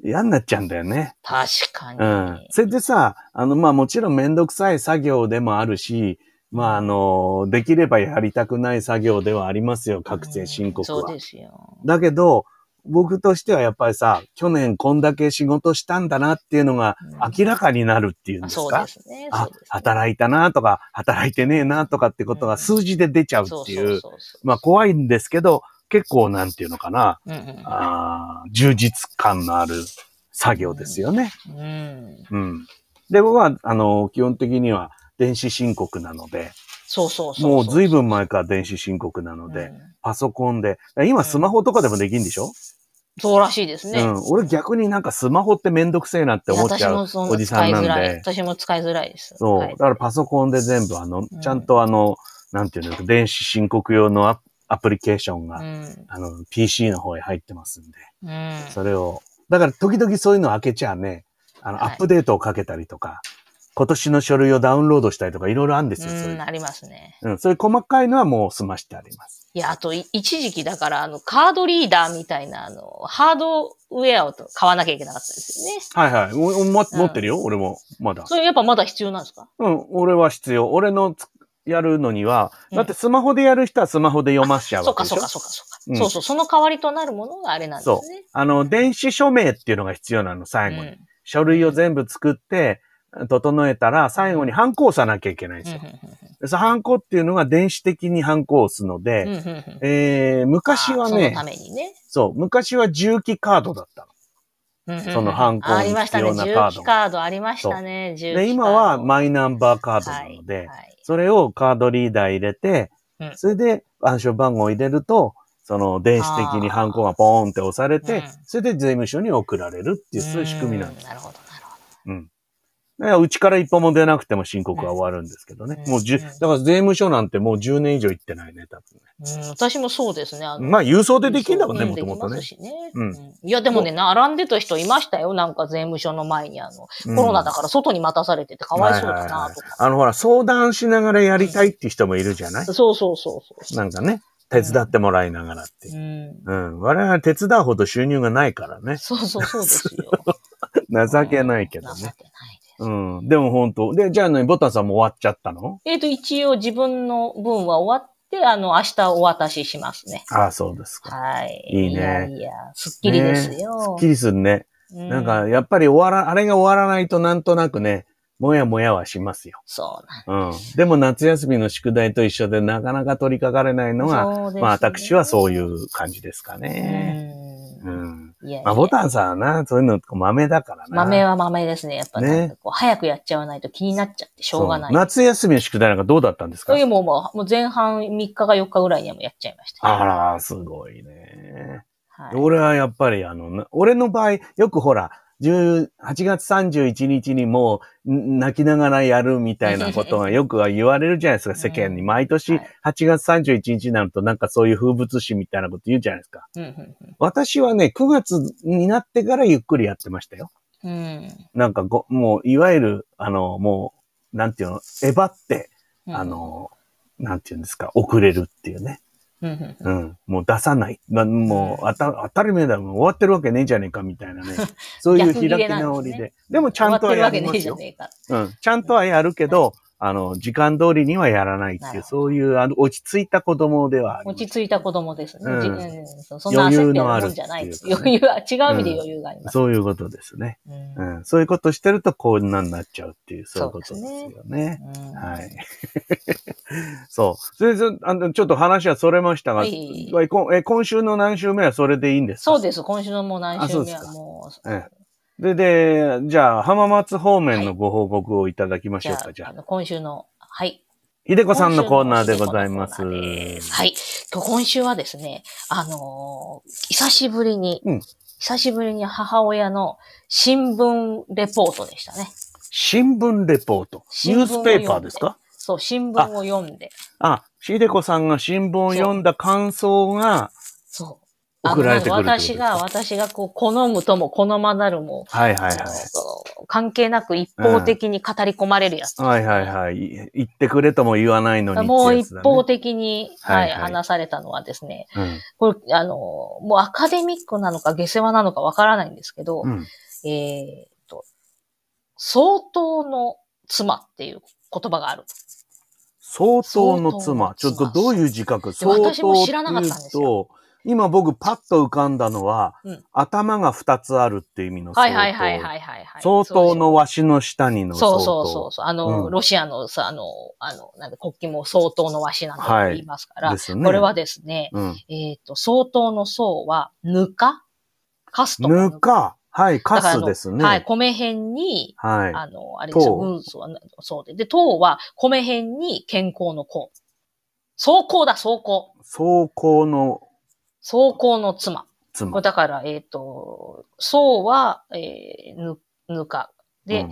嫌になっちゃうんだよね。 確かに。 うん。それでさ、まあもちろんめんどくさい作業でもあるし、まあできればやりたくない作業ではありますよ、確定申告は。 そうですよ。 だけど、僕としてはやっぱりさ、去年こんだけ仕事したんだなっていうのが明らかになるっていうんですか、 そうですね。 あ、働いたなとか、働いてねえなとかってことが数字で出ちゃうっていう、まあ怖いんですけど、結構なんていうのかな、充実感のある作業ですよね。うん。で、僕は、基本的には電子申告なので、もう随分前から電子申告なので、パソコンで、今スマホとかでもできるんでしょ？ そうらしいですね。 うん。俺逆になんかスマホってめんどくせえなって思っちゃうおじさんなんで。 私も使いづらいです。 そう。だからパソコンで全部ちゃんとなんていうの、電子申告用のアプリケーションが、PC の方へ入ってますんで。それを、だから時々そういうの開けちゃね、アップデートをかけたりとか、今年の書類をダウンロードしたりとかいろいろあるんですよ。 ありますね。 そういう細かいのはもう済ましてあります。 いや、あと、一時期だから、カードリーダーみたいな、ハードウェアを買わなきゃいけなかったですよね。 はいはい。持ってるよ、俺も、まだ。 それやっぱまだ必要なんですか？ 俺は必要。俺のやるのには、だってスマホでやる人はスマホで読ましちゃうわけでしょ。 そうか。そう、その代わりとなるものがあれなんですね。 そう。電子署名っていうのが必要なの、最後に。書類を全部作って、整えたら、最後にハンコを押さなきゃいけないんですよ。そのハンコっていうのが電子的にハンコを押すので、昔はね、 そのためにね。 そう、昔は重機カードだったの。そのハンコに必要なカード。 重機カードありましたね、重機カード。 で、今はマイナンバーカードなので、それをカードリーダー入れて、それで暗証番号を入れると、その電子的にハンコがポーンって押されて、それで税務署に送られるっていう、そういう仕組みなんです。 なるほど。 うん。うちから一歩も出なくても申告は終わるんですけどね。もうだから税務署なんてもう10年以上行ってないね、多分ね。 私もそうですね。 まあ、郵送でできるんだもんね、もともとね。 いや、でもね、並んでた人いましたよ。なんか税務署の前にコロナだから外に待たされててかわいそうだなとか。 ほら、相談しながらやりたいっていう人もいるじゃない？ そう。 なんかね、手伝ってもらいながらって。我々手伝うほど収入がないからね。 そうですよ。 情けないけどね。でも本当。で、じゃあボタンさんも終わっちゃったの？ 一応自分の分は終わって、明日お渡ししますね。 ああ、そうですか。 はい。 いいね。 いや、すっきりですよ。 すっきりするね。なんか、やっぱりあれが終わらないとなんとなくね、もやもやはしますよ。 そうなんです。 でも夏休みの宿題と一緒でなかなか取り掛かれないのが、まあ私はそういう感じですかね。まあボタンさんはな、そういうの豆だからな。 豆は豆ですね。やっぱね。早くやっちゃわないと気になっちゃってしょうがない。 夏休みの宿題なんかどうだったんですか？ もう前半3日か4日ぐらいにはもうやっちゃいました。 あら、すごいね。俺はやっぱり俺の場合、よくほら、8月31日にもう泣きながらやるみたいなことがよく言われるじゃないですか、世間に。毎年8月31日になるとなんかそういう風物詩みたいなこと言うじゃないですか。私はね、9月になってからゆっくりやってましたよ。なんかもう、いわゆる、もう、なんていうの、えばって、なんていうんですか、遅れるっていうね。もう出さない。もう当たり前だ。もう終わってるわけねえじゃねえかみたいなね。そういう開き直りで。でもちゃんとはやりますよ。ちゃんとはやるけど、時間通りにはやらないっていう、そういう落ち着いた子供ではあります。 落ち着いた子供ですね。そんな焦ってやるもんじゃない。余裕は、違う意味で余裕があります。 そういうことですね。そういうことしてるとこんなになっちゃうっていう、そういうことですよね。はい。そう。それで、ちょっと話はそれましたが、今週の何週目はそれでいいんですか？ そうです。今週のもう何週目はもう。 で、じゃあ、浜松方面のご報告をいただきましょうか、じゃあ。 今週の、はい。 ひでこさんのコーナーでございます。はい。 今週はですね、久しぶりに母親の新聞レポートでしたね。 新聞レポート？ニュースペーパーですか？ そう、新聞を読んで。 ひでこさんが新聞を読んだ感想が、 そう。 送られてくるってことですか？ 私がこう、好むとも好まざるも、 はいはいはい。 関係なく一方的に語り込まれるやつ、 はいはいはい。言ってくれとも言わないのにってもうやつだね。 一方的に、 はいはい話されたのはですね、 うん。 これ、もうアカデミックなのか下世話なのかわからないんですけど、 うん。 相当の妻っていう言葉がある。 相当の妻。ちょっとどういう字書く？相当私も知らなかったんですよ。 今僕パッと浮かんだのは、頭が2つあるっていう意味の相当。 はい。 相当のわしの下にの相当。 そう。ロシアのさ、なんで国旗も相当のわしなんだと言いますから、 ですね、 これはですね、相当の相は、ぬかカスとか。 ぬか。はい、カスですね。 はい、米辺に、 はい。 あれですよ、そうで。で、糖は米辺に健康の功。走行だ、走行。 走行の妻。だから、そうは、ぬか。で、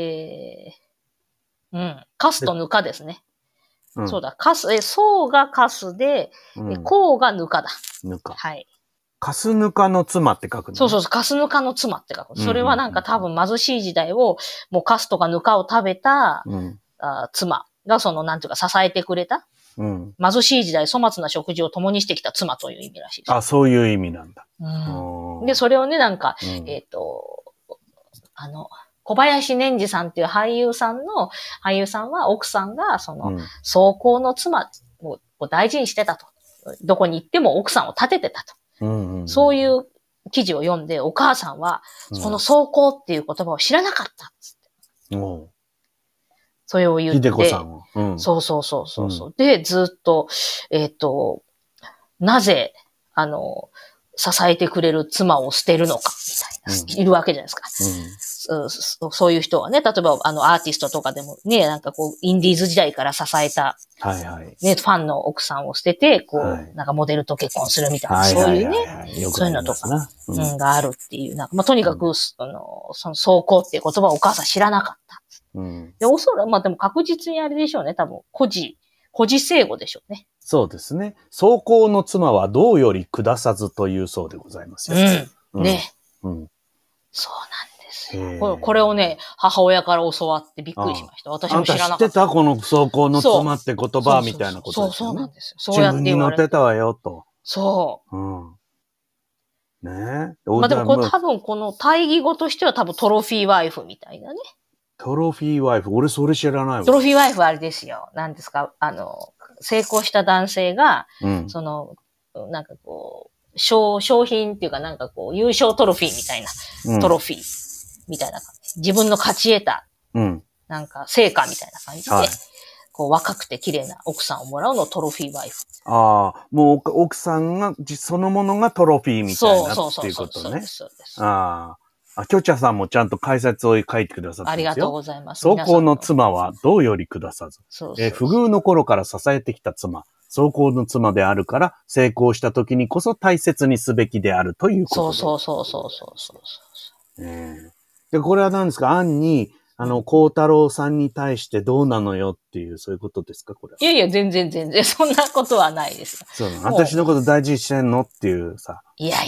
カスとぬかですね。そうだ、カス、そうがカスで、こうがぬかだ。 ぬか。 はい。 カスヌカの妻って書くの？ そう、カスヌカの妻って書く。それはなんか多分貧しい時代を、もうカスとかヌカを食べた、妻がなんていうか支えてくれた。貧しい時代、粗末な食事を共にしてきた妻という意味らしいです。 あ、そういう意味なんだ。 で、それをね、なんか、小林年次さんっていう俳優さんは奥さんが、壮行の妻を大事にしてたと。どこに行っても奥さんを立ててたと。そういう記事を読んで、お母さんは、この壮行っていう言葉を知らなかったっつって。それを言って。 秀子さんは。 そう。で、ずっと、なぜ、支えてくれる妻を捨てるのか、みたいな、いるわけじゃないですか。そういう人はね、例えば、アーティストとかでもね、なんかこう、インディーズ時代から支えた、ね、ファンの奥さんを捨てて、こう、なんかモデルと結婚するみたいな、そういうね、そういうのとか、があるっていう、なんか、まあ、とにかく、その、走行っていう言葉をお母さん知らなかった。で、おそらく、まあ、でも確実にあれでしょうね、多分、孤児生語でしょうね。 そうですね。走行の妻は銅より下さずというそうでございますよ。 ね。そうなんですよ。これをね、母親から教わってびっくりしました。私も知らなかった。 あんた知ってたこの走行の妻って言葉みたいなことですよね。 そうなんですよ。そうやって言われて。 自分に乗ってたわよと。 そう。 ねえ。 まあでもこれ多分この対義語としては多分トロフィーワイフみたいなね。 トロフィーワイフ。俺それ知らないわ。 トロフィーワイフはあれですよ。何ですか？成功した男性が、なんかこう、商品っていうかなんかこう、優勝トロフィーみたいな、トロフィーみたいな感じ。自分の勝ち得た、なんか成果みたいな感じで、こう若くて綺麗な奥さんをもらうのをトロフィーワイフ。 ああ、もう奥さんが、そのものがトロフィーみたいなっていうことね。 そうです。 きょちゃさんもちゃんと解説を書いてくださってますよ。 ありがとうございます。 走行の妻は銅より下さず。不遇の頃から支えてきた妻。走行の妻であるから成功した時にこそ大切にすべきであるということで。 そう。 で、これは何ですか？暗に、孝太郎さんに対してどうなのよっていう、そういうことですかこれは。 いや、全然、そんなことはないです。 そうなの。私のこと大事にしてんのっていうさ。 いや。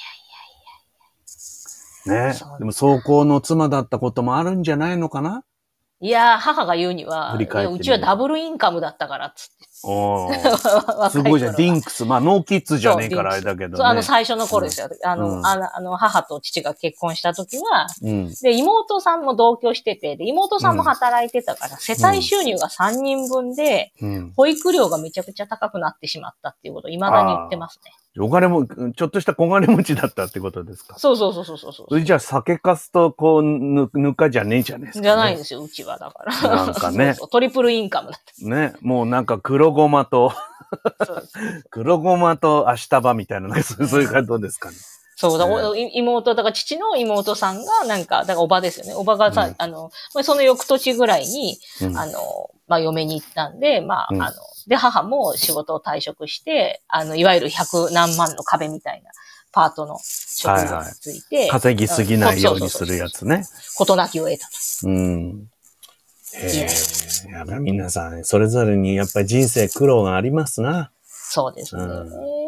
ね。でも、走行の妻だったこともあるんじゃないのかな？ いや、母が言うには、うちはダブルインカムだったからっつって。 すごいじゃん。ディンクス。まあ、ノーキッズじゃねえからあれだけどね。 最初の頃ですよ。母と父が結婚した時は、で、妹さんも同居してて、で、妹さんも働いてたから、世帯収入が3人分で、保育料がめちゃくちゃ高くなってしまったっていうことを未だに言ってますね。 お金も、ちょっとした小金持ちだったってことですか？ そう。 それじゃあ酒粕とこう、ぬかじゃねえじゃねえですか、ね。 じゃないんですよ、うちはだから。 なんかね。 トリプルインカムだった。 ね。もうなんか黒ごまと、黒ごまと明日葉みたいな、そういう感じどうですかね。 そうだ、だから父の妹さんが、なんか、だからおばですよね。おばがさ、その翌年ぐらいに、嫁に行ったんで、で、母も仕事を退職して、いわゆる100何万の壁みたいなパートの職業について、 稼ぎすぎないようにするやつね。 事なきを得たと。 やっぱり皆さん、それぞれにやっぱり人生苦労がありますな。 そうですね。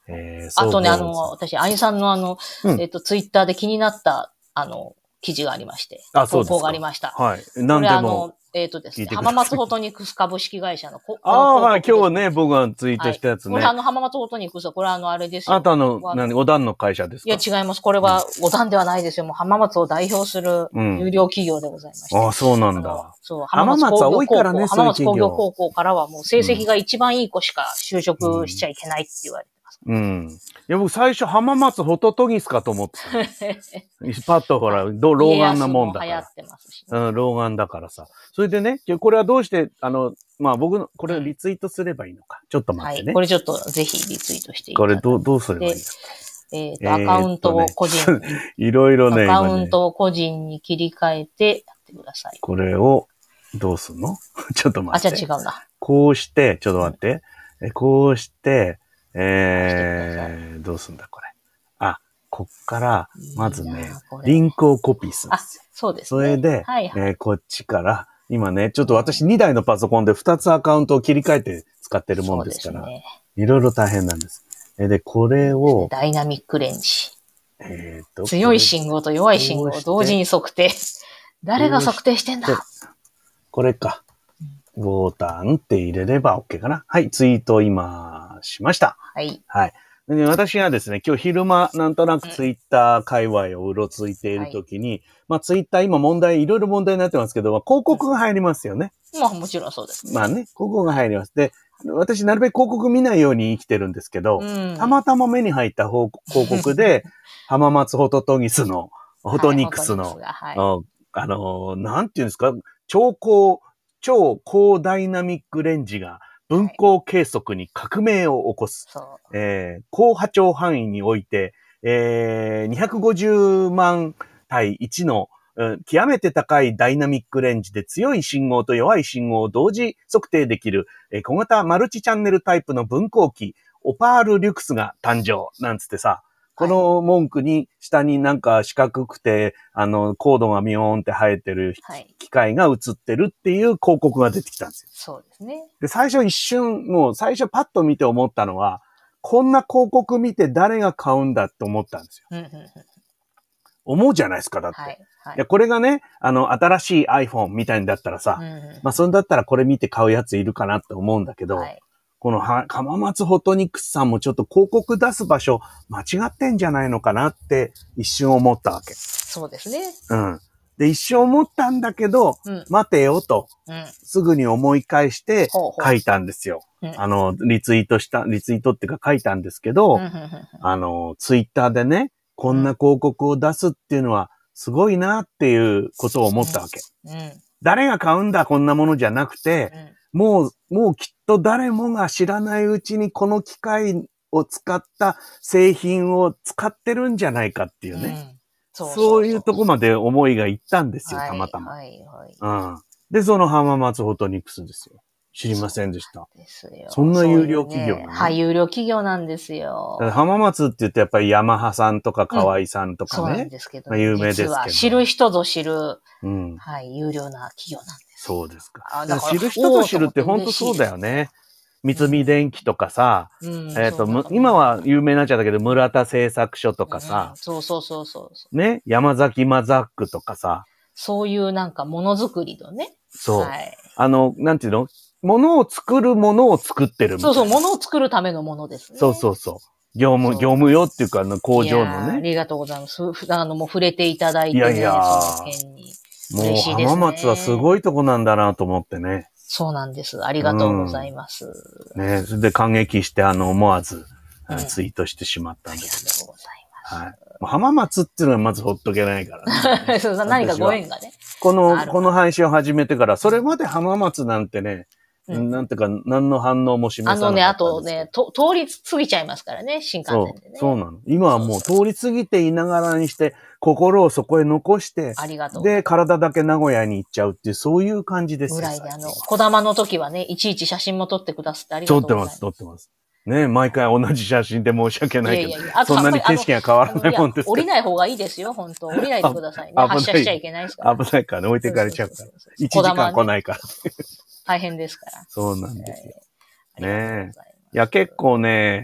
あとね、 そう私、アニさんのうん、 ツイッターで気になった、記事がありまして、 そうですか。 投稿がありました。 はい。 これ何でもですね、 聞いてください。 浜松フォトニクス株式会社のこの広はい、 告ですね。 今日ね、僕がツイーはい。 トしたやつこれね。 浜松フォトニクスは、これあれですあなよ。 たの、お団の会社ですいや、 か？ 違います。これうん。 は、五段ではないですよ。もう浜松を代表するうん。 有料企業でございまして。 そうなんだ。 そう、浜浜松は松工業多いからね、そういう浜松工業企業。 高校からはもう成うん。 績が一番いい子しか就うん。 職しちゃいけないって言われてます。 うん。いや、僕最初浜松ホトトギスかと思ってたの。パッとほら、 はい。 老家眼なもん康も流行っだから。 てますしね。 うん、老眼だからさ。それでね、これはどうして、まあ僕の、これをリツイートすればいいのか。ちょっと待はい。 ってね。 これちょっとぜひリツイートしていこれただいどうすればいいんて、 だっアカウントをね。 個人に、 いろいろね、 アカ今ね、 ウントを個人に切り替えてやってください。 これを、どうすんの？ちょっと待って。 じゃあ違うな。 こうして、ちょっと待って。こうして、どうすんだ、これ。こっから、まずね、リンクをコピーするんですよ。 そうですね。それで、 はいはい、 こっちから、今ね、ちょっと私2台のパソコンで2つアカウントを切り替えて使ってるもんですから、いろいろ大変なんです。で、これを、 ダイナミックレンジ。強い信号と弱い信号を同時に測定。誰が測定してんだ？ これか。ボタンって入れれば OK かな。はい、ツイート今しました。 はい。 はい。で私がですね、今日昼間なんとなくツイッター界隈をうろついているときに、まあツイッター今いろいろ問題になってますけど、広告が入りますよね。 まあもちろんそうです、 まあね、広告が入ります。で、私なるべく広告見ないように生きてるんですけど、たまたま目に入った広告で、浜松ホトトギスの、ホトニクスの、なんていうんですか、超高ダイナミックレンジが分光計測に革命を起こす。高波長範囲において、250万対1の極めて高いダイナミックレンジで強い信号と弱い信号を同時測定できる、小型マルチチャンネルタイプの分光器、オパールリュクスが誕生なんつってさ、この文句に下になんか四角くて、コードがミヨーンって生えてる機械が映ってるっていう広告が出てきたんですよ。 そうですね。 で、最初パッと見て思ったのは、こんな広告見て誰が買うんだって思ったんですよ。思うじゃないですか、だって。いや、これがね、新しい iPhone みたいんだったらさ、まあ、それだったらこれ見て買うやついるかなって思うんだけど、この浜松フォトニクスさんもちょっと広告出す場所間違ってんじゃないのかなって一瞬思ったわけ。 そうですね。 うん。で、一瞬思ったんだけど、待てよと、すぐに思い返して書いたんですよ。リツイートっていうか書いたんですけど、ツイッターでね、こんな広告を出すっていうのはすごいなっていうことを思ったわけ。誰が買うんだこんなものじゃなくて、もうきっと誰もが知らないうちにこの機械を使った製品を使ってるんじゃないかっていうね。そういうとこまで思いがいったんですよ、たまたま。で、その浜松フォトニクスですよ。知りませんでした。そんな有料企業なの？ はい、有料企業なんですよ。 浜松って言ってやっぱりヤマハさんとか河合さんとかね。そうなんですけど、有名ですけど。実は知る人ぞ知る、はい、有料な企業なんです。 そうですか。知る人ぞ知るって本当そうだよね。三菱電機とかさ、今は有名になっちゃったけど、村田製作所とかさ、ね、山崎マザックとかさ。 そういうなんかものづくりのね。 そう。なんていうの？ものを作るものを作ってるみたいな。 そう、ものを作るためのものですね。 そう。業務用っていうか、工場のね。 ありがとうございます。もう触れていただいてね、その件に。 もう浜松はすごいとこなんだなと思ってね。 そうなんです。ありがとうございます。 ね、それで感激して思わずツイートしてしまったんですけど。ありがとうございます。 はい。浜松っていうのはまずほっとけないからね。 そう何かご縁がね。 この配信を始めてから、それまで浜松なんてね、なんていうか、何の反応も示さなかった。 あとね、通り過ぎちゃいますからね、新幹線でね。 そうなの。今はもう通り過ぎていながらにして、心をそこへ残して、で、体だけ名古屋に行っちゃうっていう、そういう感じですよ。 ぐらいで、小玉の時はね、いちいち写真も撮ってくださってありがとうございます。 撮ってます。ね、毎回同じ写真で申し訳ないけど、そんなに景色が変わらないもんですから。 降りない方がいいですよ、本当降りないでくださいね。発車しちゃいけないですから。 危ないからね、置いてかれちゃうから。1時間来ないから。 大変ですから。 そうなんですよ。ねえ。いや、結構ね、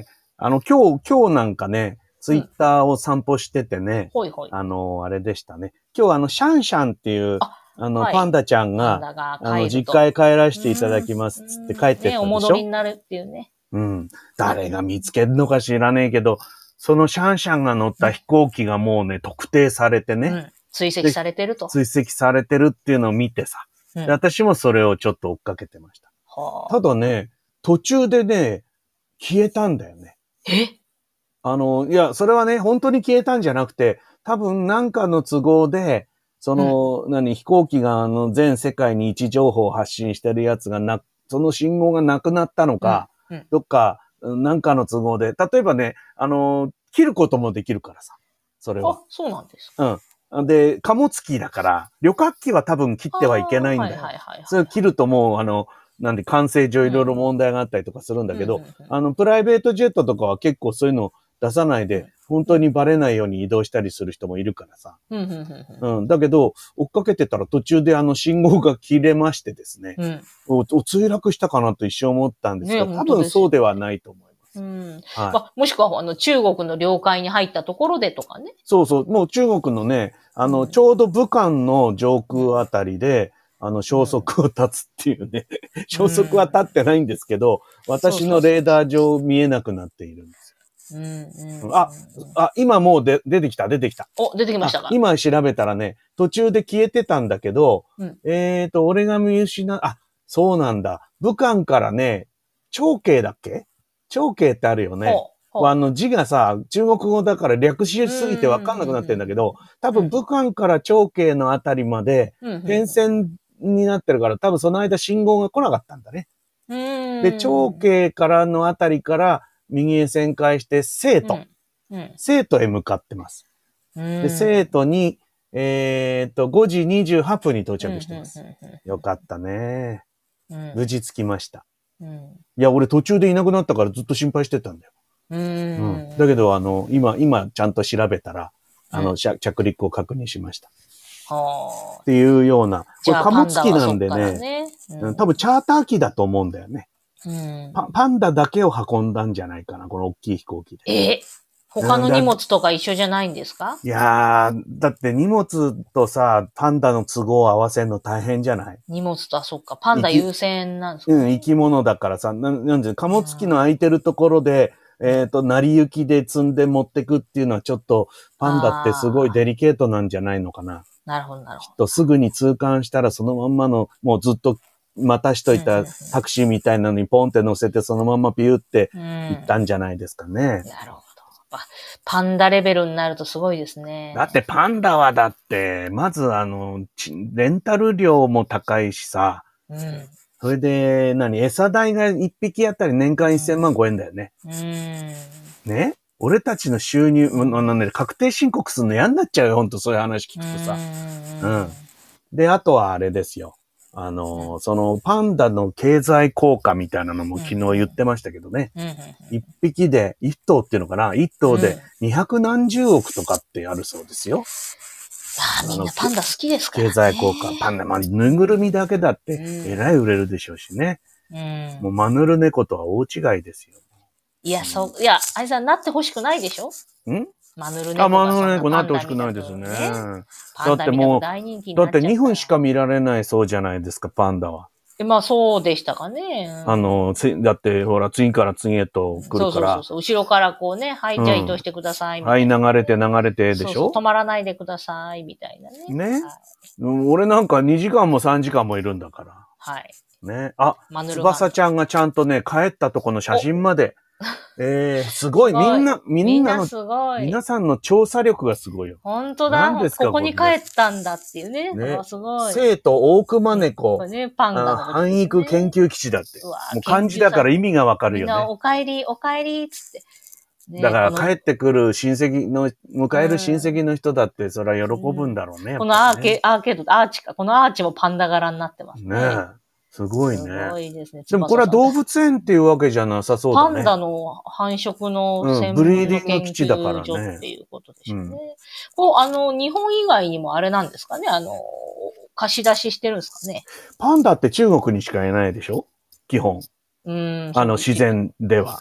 今日なんかね、ツイッターを散歩しててね、 ほいほい。 あれでしたね。今日シャンシャンっていう、 はいパンダちゃんパンが、 ダが帰ると。 実家へ帰らせていただきますっつって帰ってったでしょ。 ね、お戻りになるっていうね。 うん。誰が見つけるのか知らねえけど、そのシャンシャンが乗った飛行機がもうね、特定されてね。 追跡されてると。 追跡されてるっていうのを見てさ。で私もそれをちょっと追っかけてました。ただね、途中でね、消えたんだよね。いや、それはね、本当に消えたんじゃなくて、多分なんかの都合で、飛行機が全世界に位置情報を発信してるやつがその信号がなくなったのか、どっか、なんかの都合で、例えばね、切ることもできるからさ。それは。 そうなんですか。 で、貨物機だから、旅客機は多分切ってはいけないんだよ。それ切るともう、管制上いろいろ問題があったりとかするんだけど、プライベートジェットとかは結構そういうの出さないで、本当にバレないように移動したりする人もいるからさ。だけど、追っかけてたら途中で信号が切れましてですね、墜落したかなと一瞬思ったんですが、多分そうではないと思います。 もしくは、中国の領海に入ったところでとかね。 そうそう。もう中国のね、ちょうど武漢の上空あたりで、消息を絶つっていうね。消息は立ってないんですけど、私のレーダー上見えなくなっているんですよ。今もう出てきた。 出てきましたか。 今調べたらね、途中で消えてたんだけど、俺がそうなんだ。武漢からね、長慶だっけ？長慶ってあるよね。字がさ、中国語だから略しすぎてわかんなくなってんだけど、多分武漢から長慶のあたりまで、点線になってるから、多分その間信号が来なかったんだね。で、長慶からのあたりから右へ旋回して、成都へ向かってます。で、成都に、5時28分に到着してます。よかったね。無事着きました。いや、俺途中でいなくなったからずっと心配してたんだよ。だけど、今ちゃんと調べたら、着陸を確認しました。っていうような。これ貨物機なんでね、多分チャーター機だと思うんだよね。パンダだけを運んだんじゃないかな、この大きい飛行機で。 他の荷物とか一緒じゃないんですか？ いやー、だって荷物とさ、パンダの都合を合わせるの大変じゃない？ 荷物とそっか、パンダ優先なんですか？ 生き物だからさ、貨物機の空いてるところで、成り行きで積んで持ってくっていうのはちょっと、パンダってすごいデリケートなんじゃないのかな。 なるほど、なるほど。 きっとすぐに通関したらそのまんまの、もうずっと待たしといたタクシーみたいなのにポンって乗せてそのままビューって行ったんじゃないですかね。 なるほど。パンダレベルになるとすごいですね。 だってパンダはだって、まずレンタル料も高いしさ。それで、餌代が1匹あたり年間1000万超えんだよね。ね？俺たちの収入、確定申告するの嫌になっちゃうよ、ほんとそういう話聞くとさ。で、あとはあれですよ。そのパンダの経済効果みたいなのも昨日言ってましたけどね。一匹で、一頭っていうのかな？一頭で200何十億とかってあるそうですよ。 みんなパンダ好きですからね。 経済効果。パンダ、ぬいぐるみだけだって、えらい売れるでしょうしね。もうマヌルネコとは大違いですよ。 いや、あいさんなってほしくないでしょ？マヌルネコ。 マヌルネコなってほしくないですね。だってもう、だって2分しか見られないそうじゃないですか、パンダは。 そうでしたかね。 だってほら、次から次へと来るから。 そう。後ろからこうね、はい、じゃあ移動してください、みたいな。はい、流れてでしょ？ 止まらないでください、みたいなね。 ね。俺なんか2時間も3時間もいるんだから。 はい。 ね。翼ちゃんがちゃんとね、帰ったとこの写真まで。すごい。みんなすごい。 皆さんの調査力がすごいよ。 本当だ。ここに帰ったんだっていうね。すごい。 生徒大熊猫。 パンダの繁育研究基地だって。もう漢字だから意味がわかるよね。 お帰り、つって。 だから帰ってくる親戚の、迎える親戚の人だって、それは喜ぶんだろうね。 このアーケード、アーチか。このアーチもパンダ柄になってますね。 すごいね。 すごいですね。 でもこれは動物園っていうわけじゃなさそうだね。 パンダの繁殖の専門の研究所っていうことでしょうね。日本以外にもあれなんですかね、貸し出ししてるんですかね。 パンダって中国にしかいないでしょ？基本。自然では。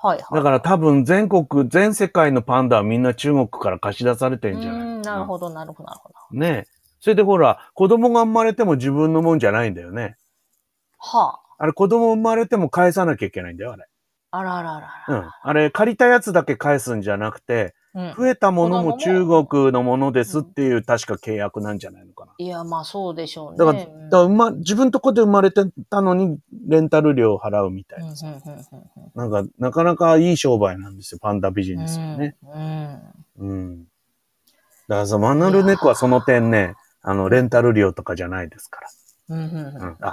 はいはい。 だから多分全世界のパンダはみんな中国から貸し出されてんじゃないかな。 なるほど、なるほど、なるほど。 ね。それでほら、子供が生まれても自分のもんじゃないんだよね。 はあれ子供生まれても返さなきゃいけないんだよ、あれ。 あ。あらあらあらあら。 あれ借りたやつだけ返すんじゃなくて、増えたものも中国のものですっていう確か契約なんじゃないのかな。 いや、まあそうでしょうね。 だから自分とこで生まれてたのにレンタル料を払うみたいな。なんか、なかなかいい商売なんですよ、パンダビジネスはね。だからマヌルネコはその点ね、レンタル料とかじゃないですから。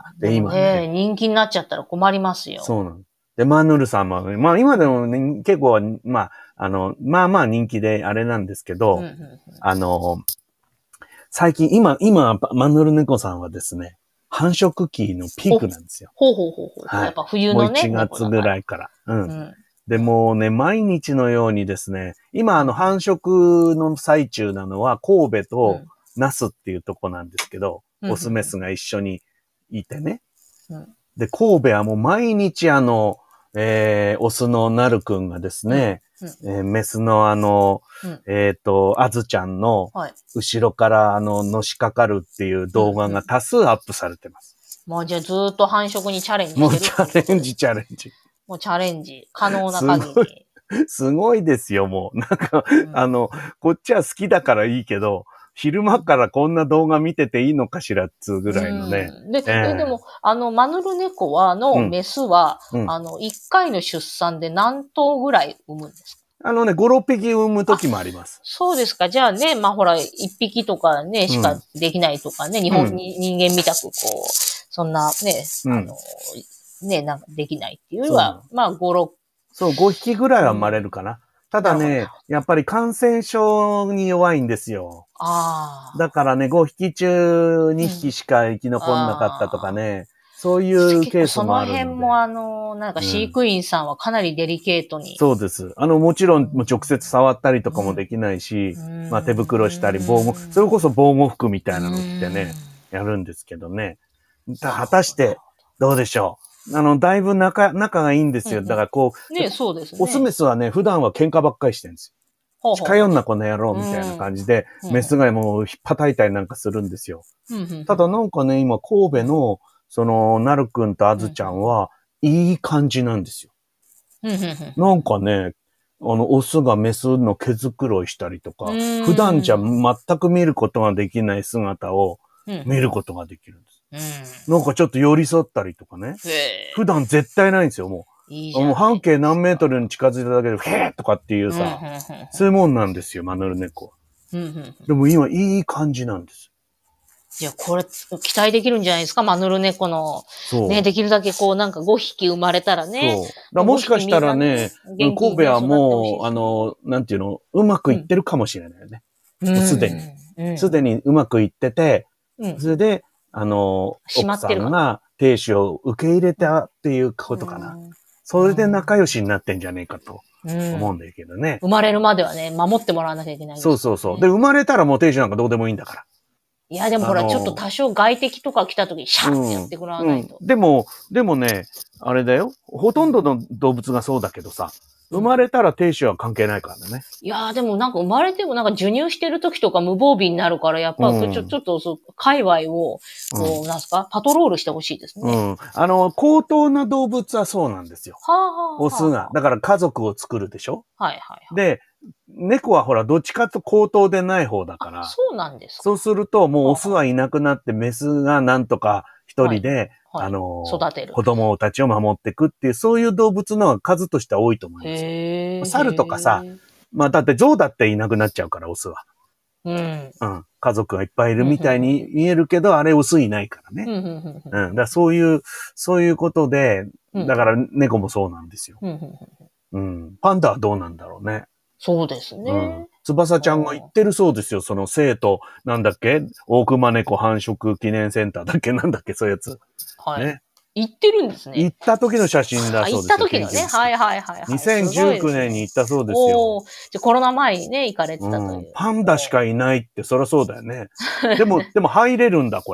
で今ね。人気になっちゃったら困りますよ。 そうなの。で、マヌルさんも、まあ今でも、ね、結構、まあ人気であれなんですけど、最近、今、マヌルネコさんはですね、繁殖期のピークなんですよ。 ほう。はい、やっぱ冬のね。 もう1月ぐらいから。で、もうね、毎日のようにですね、今繁殖の最中なのは神戸と那須っていうとこなんですけど、オスメスが一緒にいてね。で、神戸はもう毎日オスのなるくんがですね、メスのあずちゃんの後ろからのしかかるっていう動画が多数アップされてます。 もうじゃあずっと繁殖にチャレンジしてる。 もうチャレンジ。 もうチャレンジ。可能な限り。 すごいですよ、もう。なんか、こっちは好きだからいいけど、昼間からこんな動画見てていいのかしらっつうぐらいのね。 でも、マヌルネコメスは、1回の出産で何頭ぐらい産むんですか 5、6匹産む時もあります。 そうですか。じゃあね、まあほら、1匹とかね、しかできないとかね、人間みたくそんなね、なんかできないっていうよりは、まあ5、6。 そう、5匹ぐらいは生まれるかな。ただね、やっぱり感染症に弱いんですよ。だからね、5匹中2匹しか生き残んなかったとかね、そういうケースもあるので。 その辺もなんか飼育員さんはかなりデリケートに。 そうです。もちろん直接触ったりとかもできないし、まあ手袋したり、それこそ防護服みたいなの着てね、やるんですけどね。果たして、どうでしょう。だいぶ仲がいいんですよ。だからね、そうですね。 オスメスはね、普段は喧嘩ばっかりしてるんですよ。近寄んなこの野郎みたいな感じで、メスがもうひっぱたいたりなんかするんですよ。ただなんかね、今神戸の、なるくんとあずちゃんは、いい感じなんですよ。なんかね、オスがメスの毛づくろいしたりとか、普段じゃ全く見ることができない姿を見ることができるんです。なんかちょっと寄り添ったりとかね。普段絶対ないんですよ、もう。もう半径何メートルに近づいただけで、へーとかっていうさ、そういうもんなんですよ、マヌルネコは。でも今いい感じなんです。 じゃあこれ期待できるんじゃないですか、マヌルネコの。ね、できるだけなんか5匹生まれたらね。 そう。もしかしたらね、神戸はもう、なんていうの、うまくいってるかもしれないよね。すでに。すでにうまくいってて、それで、奥さんが亭主を受け入れたっていうことかな。それで仲良しになってんじゃねえかと思うんだけどね。 生まれるまではね、守ってもらわなきゃいけない。 そう。で、生まれたらもう亭主なんかどうでもいいんだから。 いや、でもほら、ちょっと多少外敵とか来た時にシャッってやってくらわないと。 でもね、あれだよ。ほとんどの動物がそうだけどさ、生まれたら亭主は関係ないからね。 いやーでもなんか生まれてもなんか授乳してる時とか無防備になるから、やっぱちょっと界隈を、なんすか、パトロールしてほしいですね。 高等な動物はそうなんですよ。オスが。だから家族を作るでしょ。で、猫はほら、どっちかと高等でない方だから。 そうなんですか。 そうすると、もうオスはいなくなって、メスがなんとか一人で、 育てる。 子供たちを守っていくっていう、そういう動物のが数としては多いと思います。猿とかさ、まあだって象だっていなくなっちゃうから、オスは。家族がいっぱいいるみたいに見えるけど、あれオスいないからね。だからそういうことで、だから猫もそうなんですよ。パンダはどうなんだろうね。 そうですね。 翼ちゃんが言ってるそうですよ。その生徒、なんだっけ大熊猫繁殖記念センターだっけなんだっけそういうやつ。 ね。行ってるんですね。 行った時の写真だそうですよ。 行った時のね。はい。 2019年に行ったそうですよ。 じゃコロナ前にね、行かれてたという。 パンダしかいないって、そりゃそうだよね。でも入れるんだ、これ。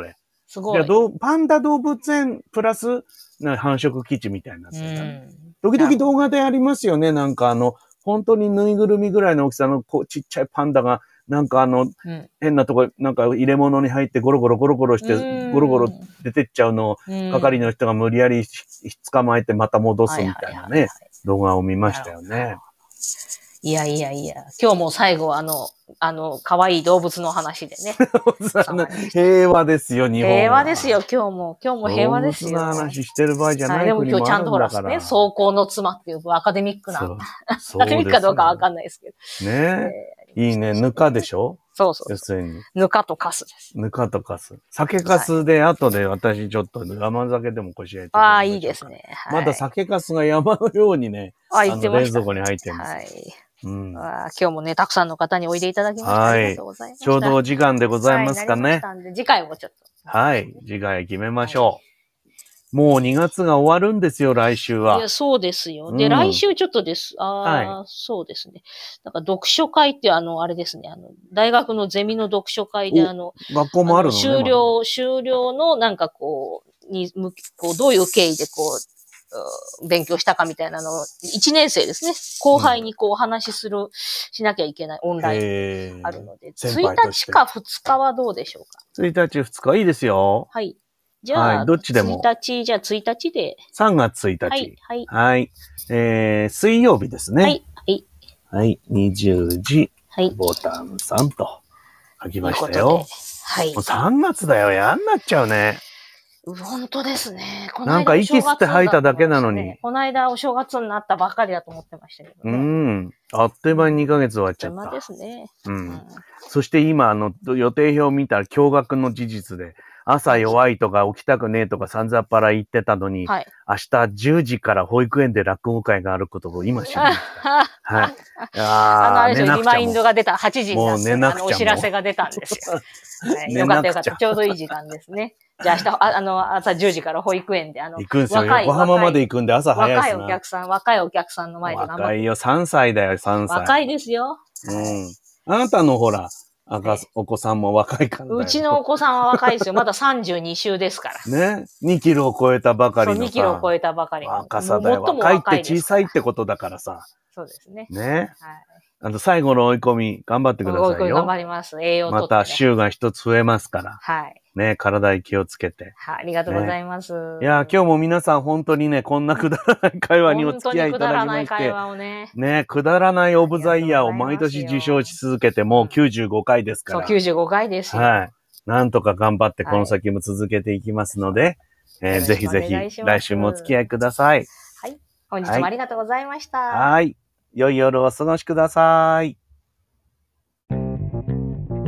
すごい。 パンダ動物園プラス、繁殖基地みたいになってる、 うん時々動画でありますよね。なんか本当にぬいぐるみぐらいの大きさのちっちゃいパンダが、なんか変なとこ、なんか入れ物に入ってゴロゴロして、ゴロゴロ出てっちゃうのを、係の人が無理やり捕まえてまた戻すみたいなね、動画を見ましたよね。 いや。今日も最後可愛い動物の話でね。 平和ですよ、日本は。 平和ですよ、今日も平和ですよ。 動物の話してる場合じゃない国もあるんだから。 でも今日ちゃんとほら、ね、走行の妻っていうアカデミックな。アカデミックかどうかわかんないですけど。 ねいいね、ぬかでしょ？ そう。 要するに。 ぬかとかすです。 ぬかとかす。酒かすで、後で私ちょっと山酒でもこしらえて。 ああ、いいですね。 まだ酒かすが山のようにね、冷蔵庫に入ってます。はい。 今日もね、たくさんの方においでいただきましてありがとうございました。 ちょうどお時間でございますかね。 次回もちょっと。 はい。次回決めましょう。もう2月が終わるんですよ、来週は。 いや、そうですよ。で、来週ちょっとです。そうですね。なんか読書会ってあれですね。大学のゼミの読書会で学校もあるのね。 修了のなんかこう、どういう経緯で勉強したかみたいなのを、1年生ですね。後輩にお話ししなきゃいけないオンラインあるので、1日か2日はどうでしょうか。 1日2日いいですよ。 はい。じゃあ、 どっちでも。 1日で。 3月1日。 はい。 水曜日ですね。 はい。 20時。ボタン3と書きましたよ。 はい。 もう3月だよ。嫌になっちゃうね。 本当ですね。 なんか息吸って吐いただけなのに。 この間お正月になったばっかりだと思ってましたけどね。 あっという間に2ヶ月終わっちゃった。 あっという間ですね。 そして今、予定表を見たら驚愕の事実で、朝弱いとか起きたくねえとか散々パラ言ってたのに、明日10時から保育園で落語会があることを今知りました。はい。 あれですよ、リマインドが出た8時になって、 お知らせが出たんですよ。よかった。ちょうどいい時間ですね。じゃあ明日、朝10時から保育園で、 行くんですよ。横浜まで行くんで朝早いですな。若いお客さんの前で頑張って。 若いよ、3歳だよ、3歳。 若いですよ。 あなたのほら、お子さんも若いから。 うちのお子さんは若いですよ。まだ32週ですから。 ね。2キロを超えたばかりの。 そう、2キロを超えたばかりの。 若さだよ。若いって小さいってことだからさ。 そうですね。 ね。最後の追い込み、頑張ってくださいよ。 追い込み頑張ります。栄養とって。 また週が一つ増えますから。 はい。 ね、体に気をつけて。 はい、ありがとうございます。 いや、今日も皆さん本当にね、こんなくだらない会話にお付き合いいただきまして。 くだらない会話をね。 ね、くだらないオブザイヤーを毎年受賞し続けてもう95回ですから。 そう、95回ですよ。 はい。なんとか頑張ってこの先も続けていきますので、ぜひぜひ来週もお付き合いください。 はい。本日もありがとうございました。 はい。良い夜をお過ごしください。